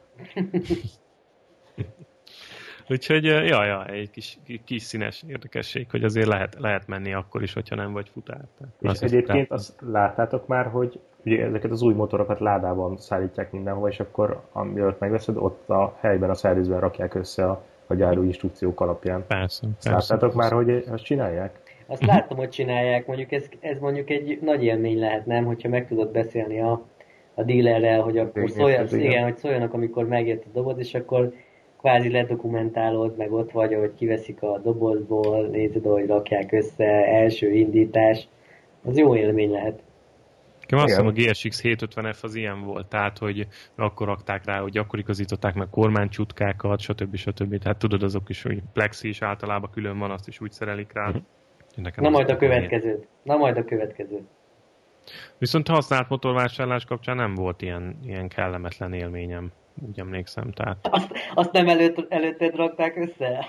Úgyhogy, ja, ja, egy kis, kis színes érdekesség, hogy azért lehet, lehet menni akkor is, hogyha nem vagy futár. És azt egyébként azt láttátok már, hogy ugye ezeket az új motorokat ládában szállítják mindenhova, és akkor amiért megveszed, ott a helyben, a szervizben rakják össze a, a gyárú instrukciók alapján. Persze, Azt persze. láttátok már, hogy azt csinálják? Azt látom, hogy csinálják, mondjuk ez, ez mondjuk egy nagy élmény lehet, nem? Hogyha meg tudod beszélni a, a dealerrel, hogy akkor szóljan, igen, hogy szóljanak, amikor megjött a doboz, és akkor kvázi ledokumentálod, meg ott vagy, hogy kiveszik a dobozból, nézed, hogy rakják össze, első indítás. Az jó élmény lehet. Én azt hiszem, a gé es iksz hétszázötven ef az ilyen volt, tehát, hogy akkor rakták rá, hogy akkor igazították meg kormánycsutkákat, stb. stb. Tehát tudod, azok is, hogy plexi is általában külön van, azt is úgy szerelik rá. Nekem Na majd a következő. Na majd a következő. Viszont használt motorvásárlás kapcsán nem volt ilyen, ilyen kellemetlen élményem, úgy emlékszem. Tehát... Azt, azt nem előtt, előtted rakták össze?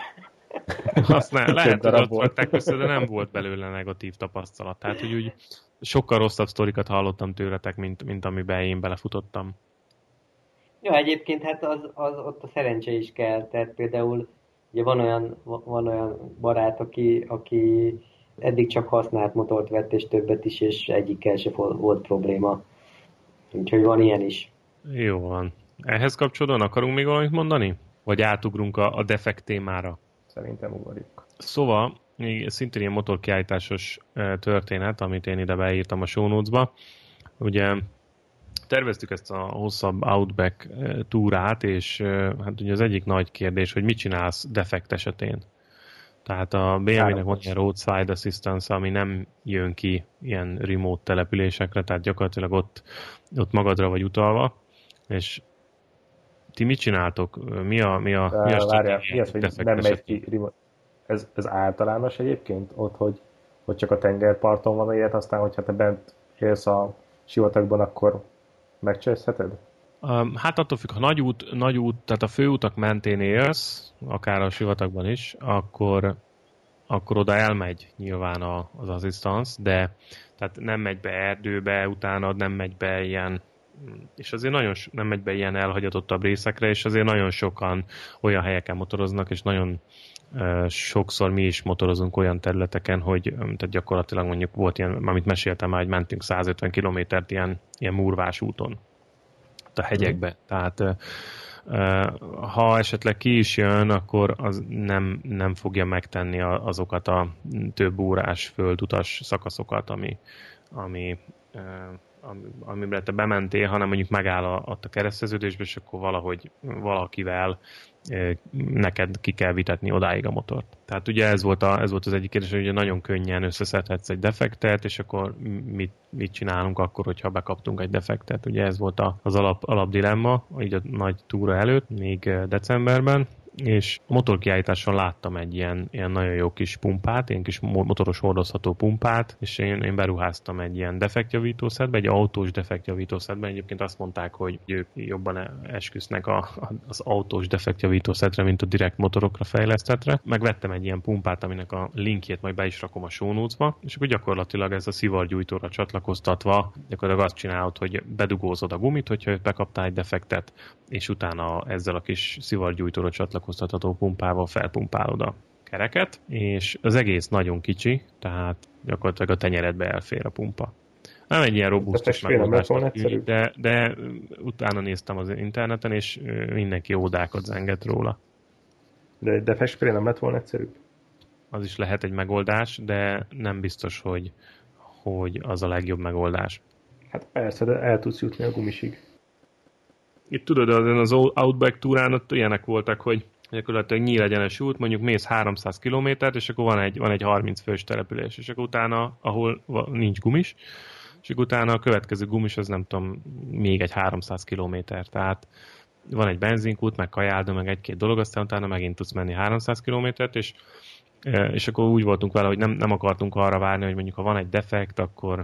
Azt ne, lehet, hogy ott rakták össze, de nem volt belőle negatív tapasztalat. Tehát, hogy úgy sokkal rosszabb sztorikat hallottam tőletek, mint, mint amiben én belefutottam. Jó, egyébként hát az, az ott a szerencse is kell. Tehát például ugye van olyan, van olyan barát, aki, aki eddig csak használt motort vett, és többet is, és egyikkel se volt probléma. Úgyhogy van ilyen is. Jó van. Ehhez kapcsolódóan akarunk még valamit mondani? Vagy átugrunk a, a defekt témára? Szerintem ugorjuk. Szóval, még szintén ilyen motorkiállításos történet, amit én ide beírtam a show notes-ba. Ugye terveztük ezt a hosszabb Outback túrát, és hát ugye az egyik nagy kérdés, hogy mit csinálsz defekt esetén. Tehát a bé em vé-nek van ilyen roadside assistance, ami nem jön ki ilyen remote településekre, tehát gyakorlatilag ott, ott magadra vagy utalva, és ti mit csináltok? Mi a, mi a, De, mi a várjál, mi az, hogy nem megy ki remote? Ez, ez általános egyébként? Ott, hogy, hogy csak a tengerparton van ilyet, aztán hogyha te bent élsz a sivatagban, akkor megcsőzheted? Um, hát attól függ, ha nagy út, nagy út, tehát a főutak mentén élsz, akár a sivatagban is, akkor, akkor oda elmegy nyilván a, az assistance, de tehát nem megy be erdőbe, utána nem megy be ilyen, és azért nagyon nem megy be ilyen elhagyatottabb részekre, és azért nagyon sokan olyan helyeken motoroznak, és nagyon uh, sokszor mi is motorozunk olyan területeken, hogy um, tehát gyakorlatilag mondjuk volt ilyen, amit meséltem már, hogy mentünk százötven kilométert ilyen, ilyen murvás úton a hegyekbe. Mm. Tehát ha esetleg ki is jön, akkor az nem, nem fogja megtenni azokat a több órás földutas szakaszokat, ami, ami, amiben te bementél, hanem mondjuk megáll a, ott a kereszteződésbe, és akkor valahogy valakivel neked ki kell vitetni odáig a motort. Tehát ugye ez volt, a, ez volt az egyik kérdés, hogy ugye nagyon könnyen összeszedhetsz egy defektet, és akkor mit, mit csinálunk akkor, hogyha bekaptunk egy defektet. Ugye ez volt az alap, alap dilemma, így a nagy túra előtt, még decemberben, és motorkiállításon láttam egy ilyen, ilyen nagyon jó kis pumpát, ilyen kis motoros hordozható pumpát, és én, én beruháztam egy ilyen defektjavítószedbe, egy autós defektjavítószedbe. Egyébként azt mondták, hogy ők jobban esküsznek a, az autós defektjavítószedre, mint a direkt motorokra fejlesztetre. Megvettem egy ilyen pumpát, aminek a linkjét majd be is rakom a show notes-ba, és akkor gyakorlatilag ez a szivargyújtóra csatlakoztatva, gyakorlatilag azt csinálod, hogy bedugózod a gumit, hogyha bekaptál egy defektet, és utána ezzel a kis szivargyújtóra csatlakoztatható pumpával felpumpálod a kereket, és az egész nagyon kicsi, tehát gyakorlatilag a tenyeredbe elfér a pumpa. Nem egy ilyen robusztus megoldás, de, de utána néztem az interneten, és mindenki ódákat zengett róla. De egy defektspray nem lett volna egyszerűbb? Az is lehet egy megoldás, de nem biztos, hogy, hogy az a legjobb megoldás. Hát persze, de el tudsz jutni a gumisig. Itt tudod, az Outback túrán ott ilyenek voltak, hogy gyakorlatilag nyílegyenes út, mondjuk mész háromszáz kilométert, és akkor van egy, van egy harminc fős település, és akkor utána, ahol nincs gumis, és akkor utána a következő gumis, az nem tudom, még egy háromszáz kilométer, tehát van egy benzinkút, meg kajálda, meg egy-két dolog, aztán utána megint tudsz menni háromszáz kilométert, és, és akkor úgy voltunk vele, hogy nem, nem akartunk arra várni, hogy mondjuk ha van egy defekt, akkor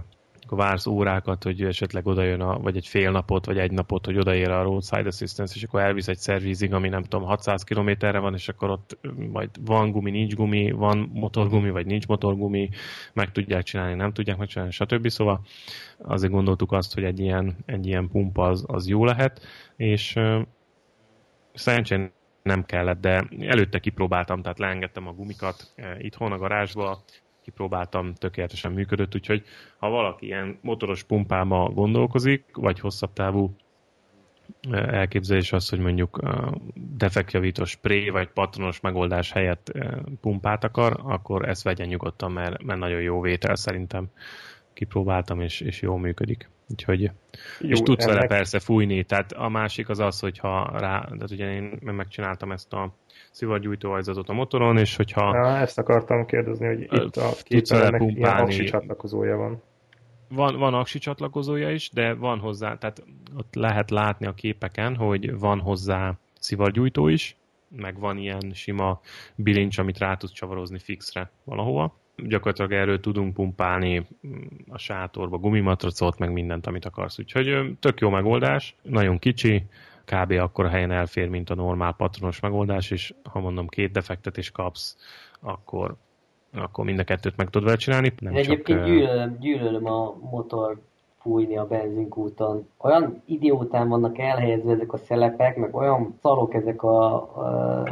akkor vársz órákat, hogy esetleg odajön, a, vagy egy fél napot, vagy egy napot, hogy odaér a roadside assistance, és akkor elvisz egy szervizig, ami nem tudom, hatszáz kilométerre van, és akkor ott majd van gumi, nincs gumi, van motorgumi, vagy nincs motorgumi, meg tudják csinálni, nem tudják megcsinálni, stb. Szóval azért gondoltuk azt, hogy egy ilyen, egy ilyen pumpa az, az jó lehet, és uh, szerencsén nem kellett, de előtte kipróbáltam, tehát leengedtem a gumikat uh, itthon a garázsba, kipróbáltam, tökéletesen működött, úgyhogy ha valaki ilyen motoros pumpába gondolkozik, vagy hosszabb távú elképzelés az, hogy mondjuk defektjavító spré, vagy patronos megoldás helyett pumpát akar, akkor ezt vegyen nyugodtan, mert, mert nagyon jó vétel szerintem. Kipróbáltam, és, és jól működik. Úgyhogy, jó, és tudsz ennek... vele persze fújni, tehát a másik az az, hogyha rá, tehát ugye én megcsináltam ezt a szivargyújtó ajzatot a motoron, és hogyha... Ja, ezt akartam kérdezni, hogy itt a képen ennek ilyen aksi csatlakozója van. Van, van aksi csatlakozója is, de van hozzá, tehát ott lehet látni a képeken, hogy van hozzá szivargyújtó is, meg van ilyen sima bilincs, amit rá tudsz csavarozni fixre valahova. Gyakorlatilag erről tudunk pumpálni a sátorba gumimatracot, meg mindent, amit akarsz. Úgyhogy tök jó megoldás, nagyon kicsi, kb. Akkor a helyen elfér, mint a normál patronos megoldás, és ha mondom két defektet is kapsz, akkor, akkor mind a kettőt meg tudod vele csinálni. Nem Egyébként csak, gyűlölöm, gyűlölöm a motor fújni a benzinkúton. Olyan idiótán vannak elhelyezve ezek a szelepek, meg olyan szarok ezek a, a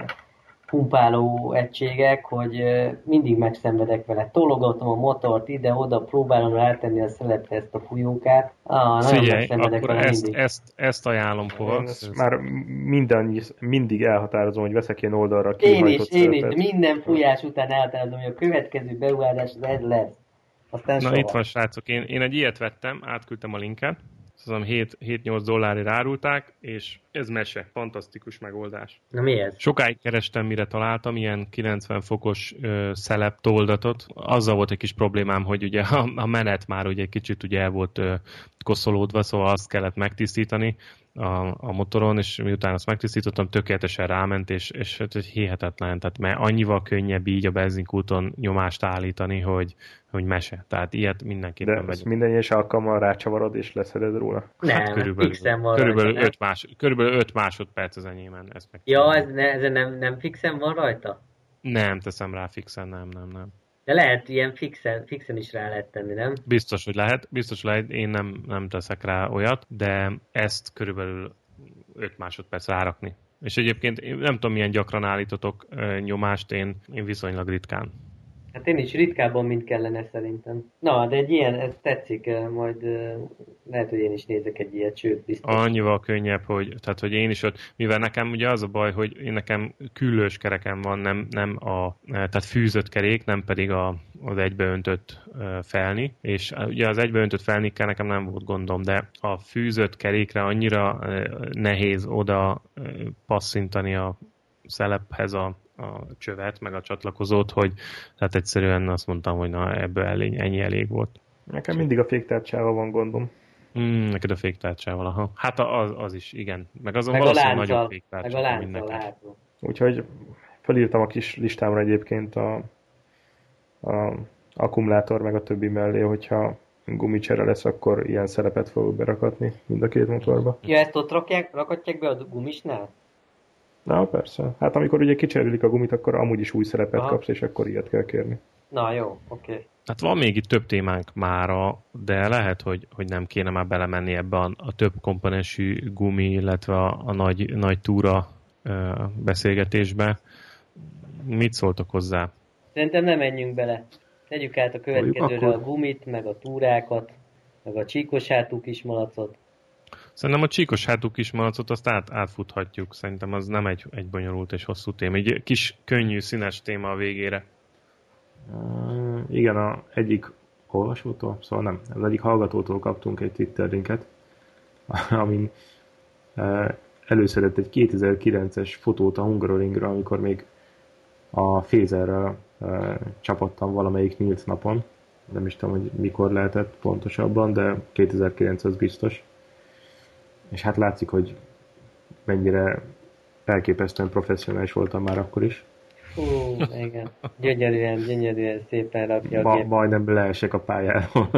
pumpáló egységek, hogy mindig megszenvedek vele. Tologatom a motort ide-oda, próbálom rátenni a szelepre ezt a fújókát. Ah, Figyelj, akkor ezt, ezt, ezt ajánlom hol. Már minden, mindig elhatározom, hogy veszek ilyen oldalra Én is, én is. Minden fújás után elhatározom, hogy a következő beruházás ez lesz. Aztán Na soha. Itt van, srácok. Én, én egy ilyet vettem, átküldtem a linket. Azt hét-nyolc dollárért árulták, és ez mese. Fantasztikus megoldás. Na mi ez? Sokáig kerestem, mire találtam ilyen kilencven fokos ö, szelep toldatot. Azzal volt egy kis problémám, hogy ugye a, a menet már ugye egy kicsit ugye el volt ö, koszolódva, szóval azt kellett megtisztítani a, a motoron, és miután azt megtisztítottam, tökéletesen ráment, és, és hát hihetetlen, tehát mert annyival könnyebb így a benzinkúton nyomást állítani, hogy, hogy mese. Tehát ilyet mindenképpen vegyünk. De ezt minden egyes alkalommal rácsavarod, és leszeded róla? Nem, hát körülbelül, fixen van körülbelül rajta, öt más, körülbelül öt másodperc az enyémen. Ezt meg ja, ez, ne, ez nem, nem fixen van rajta? Nem, teszem rá fixen, nem, nem, nem. De lehet ilyen fixen, fixen is rá lehet tenni, nem? Biztos, hogy lehet, biztos, hogy lehet, én nem, nem teszek rá olyat, de ezt körülbelül öt másodperc rárakni. És egyébként én nem tudom, milyen gyakran állítotok uh, nyomást, én, én viszonylag ritkán. Hát én is ritkábban, mint kellene szerintem. Na, de egy ilyen, ez tetszik, majd lehet, hogy én is nézek egy ilyet, sőt, biztos. Annyival könnyebb, hogy, tehát, hogy én is ott, mivel nekem ugye az a baj, hogy én nekem küllős kerekem van, nem, nem a, tehát fűzött kerék, nem pedig a, az egybeöntött felni, és ugye az egybeöntött felnikkel nekem nem volt gondom, de a fűzött kerékre annyira nehéz oda passzintani a szelephez a a csövet, meg a csatlakozót, hogy tehát egyszerűen azt mondtam, hogy na ebből elég, ennyi elég volt. Nekem mindig a féktárcsával van gondom. Mm, neked a féktárcsával, aha. Hát az, az is, igen. Meg azon meg valószínűleg a lánccal, nagyobb féktárcsa. Meg a lánccal lánccal. Úgyhogy felírtam a kis listámra egyébként a, a akkumulátor meg a többi mellé, hogyha gumicsere lesz, akkor ilyen szerepet fogok berakatni mind a két motorba. Ja, ezt ott rakják, rakatják be a gumisnál? Na, persze. Hát amikor ugye kicserélik a gumit, akkor amúgy is új szerepet Aha. kapsz, és akkor ilyet kell kérni. Na jó, oké. Okay. Hát van még itt több témánk mára, de lehet, hogy, hogy nem kéne már belemenni ebbe a, a több komponensű gumi, illetve a, a nagy, nagy túra ö, beszélgetésbe. Mit szóltok hozzá? Szerintem nem menjünk bele. Tegyük át a következőre a gumit, meg a túrákat, meg a csíkos hátú kismalacot. Szerintem a csíkos hátú kismalacot azt át, átfuthatjuk. Szerintem az nem egy, egy bonyolult és hosszú téma. Egy kis, könnyű, színes téma a végére. Uh, igen, a egyik olvasótól, szóval nem, az egyik hallgatótól kaptunk egy Twitter linket, amin uh, előszedett egy kétezer-kilences fotót a Hungaroringra, amikor még a Phaserrel uh, csapattam valamelyik nyílt napon. Nem is tudom, hogy mikor lehetett pontosabban, de kétezer-kilenc az biztos. És hát látszik, hogy mennyire elképesztően professzionális voltam már akkor is. Hú, igen. Gyönyörűen, gyönyörűen szépen rakja a Ba, gép. majdnem leesek a pályáról.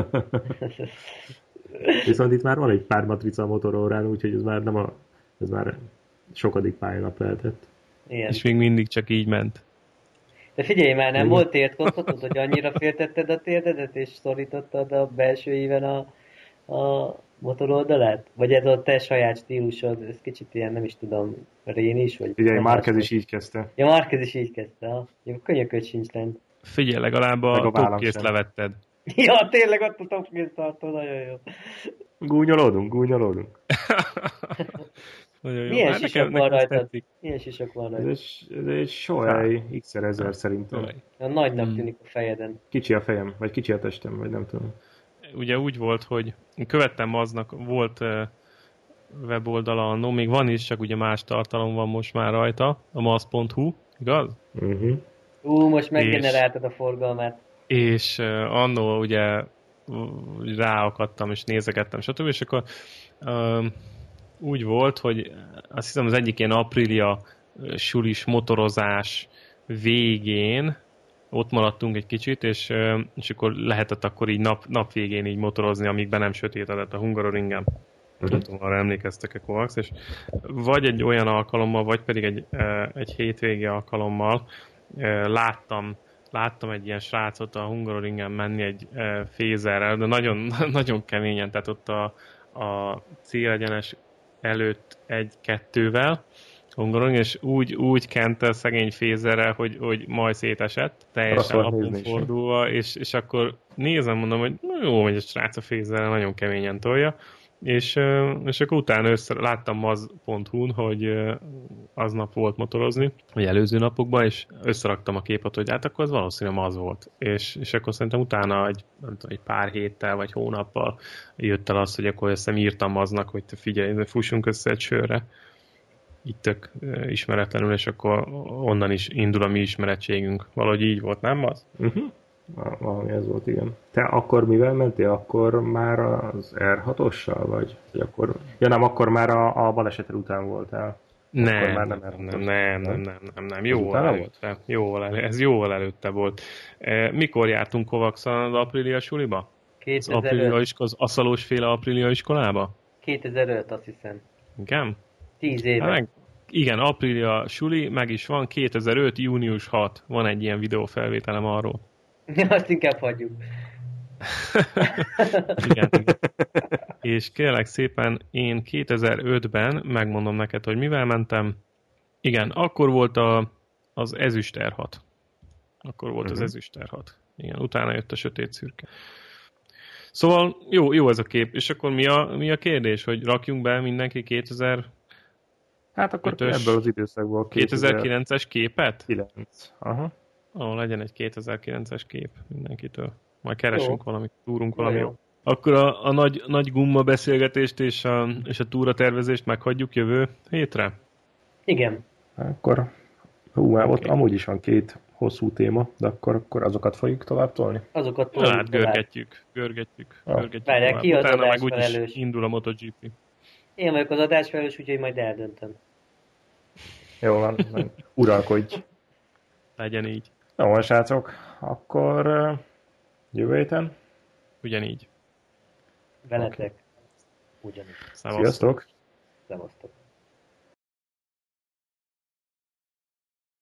Viszont itt már van egy pár matrica a motorórán, úgyhogy ez már nem a, ez már sokadik pályanap lehetett. Igen. És még mindig csak így ment. De figyelj már, nem Igen. volt térkontotod, hogy annyira féltetted a térdedet, és szorítottad a belső íven a, a motor oldalát? Vagy ez a te saját stílusod, ez kicsit ilyen, nem is tudom, rén is, vagy... Ugye Márquez is így kezdte. Ja, Márquez is így kezdte, ha? Jó, könyököt sincs lent. Figyelj, legalább Meg a, a vállam topkészt sem. levetted. Ja, tényleg ott a topkész tartó, nagyon jó. Gúnyolódunk, gúnyolódunk. Nagyon jó. Milyen Hát sisak nekem- van nekem ez rajtad? tetszik. Milyen sisak van Ez rajta? egy, ez egy Shoei X ezer szerintem. A nagynak Hmm. tűnik a fejeden. Kicsi a fejem, vagy kicsi a testem, vagy nem tudom. Ugye úgy volt, hogy én követtem aznak, volt uh, weboldala annó, még van is, csak ugye más tartalom van most már rajta, a maz pont hu, igaz? Uh-huh. Ú, most meggeneráltad a forgalmát. És uh, annó ugye uh, ráakadtam és nézegettem, stb. És akkor uh, úgy volt, hogy azt hiszem az egyik ilyen Aprilia uh, sulis motorozás végén ott maradtunk egy kicsit, és, uh, és akkor lehetett akkor így nap, nap végén így motorozni, amíg be nem sötétedett a Hungaroringen. Uh-huh. Nem tudom, arra emlékeztek-e Kovacs, és vagy egy olyan alkalommal, vagy pedig egy, uh, egy hétvégi alkalommal uh, láttam láttam egy ilyen srácot a Hungaroringen menni egy e, fézerrel, de nagyon, nagyon keményen, tehát ott a, a célegyenes előtt egy-kettővel Hungaroringen, és úgy, úgy kente szegény fézerrel, hogy, hogy majd szétesett, teljesen Azt lapon nézni is. fordulva, és, és akkor nézem, mondom, hogy na jó, hogy a srác a fézerrel nagyon keményen tolja, és, ö, és akkor utána össze, láttam maz pont hu-n, hogy ö, aznap volt motorozni, vagy előző napokban, és összeraktam a képet, hogy hát akkor az valószínűleg az volt. És, és akkor szerintem utána egy, nem tudom, egy pár héttel, vagy hónappal jött el az, hogy akkor ezt írtam aznak, hogy te figyelj, fussunk össze egy sörre. Itt tök ö, ismeretlenül, és akkor onnan is indul a mi ismerettségünk. Valahogy így volt, nem az? Uh-huh. Valami ez volt, igen. Te akkor mivel mentél? Akkor már az er hatossal, vagy? vagy akkor... Ja nem, akkor már a, a baleseted után voltál. Nem, már nem, nem nem, elhatott, nem, nem, nem? nem, nem, nem, jóval utána előtte. Jóval elő, ez jóval előtte volt. E, mikor jártunk Kovaxon az Aprilia suliba? Az Aprilia kétezer-öt. iskola, az aszalós féle Aprilia iskolába? kétezer-öt, azt hiszem. Igen? Tíz Hát éve. meg, igen, Aprilia suli, meg is van, kétezer-öt. június hatodika. Van egy ilyen videófelvételem arról. Azt inkább hagyjuk. Igen, igen. És kérlek szépen, én kétezer-ötben, megmondom neked, hogy mivel mentem. Igen, akkor volt a, az ezüst er hat. Akkor volt uh-huh. az ezüst er hat. Igen, utána jött a sötét szürke. Szóval jó, jó ez a kép. És akkor mi a, mi a kérdés, hogy rakjunk be mindenki kétezer Hát akkor ötös, ebből az időszakból kétezer-kilences képet? kétezer-kilenc. Aha. Ó, legyen egy kétezer-kilences kép mindenkitől. Majd keresünk Jó. valamit, túrunk Jó, valami jó. jó. Akkor a, a nagy, nagy gumma beszélgetést és a, és a túra tervezést meghagyjuk jövő hétre? Igen. Akkor, hú, már ott Oké. amúgy is van két hosszú téma, de akkor, akkor azokat fogjuk tovább tolni. Azokat Na, toljuk hát tovább. görgetjük, görgetjük, Ah. görgetjük. Várjál, tovább. ki az Utána meg úgyis adásfelelős? indul a MotoGP. Én vagyok az adásfelelős, úgyhogy majd eldöntöm. Jó van, uralkodj. Legyen így. Jó van, srácok, akkor ö, jövő héten. Ugyanígy. Veletek. Ugyanúgy. Szevasztok. Sziasztok! Szevasztok.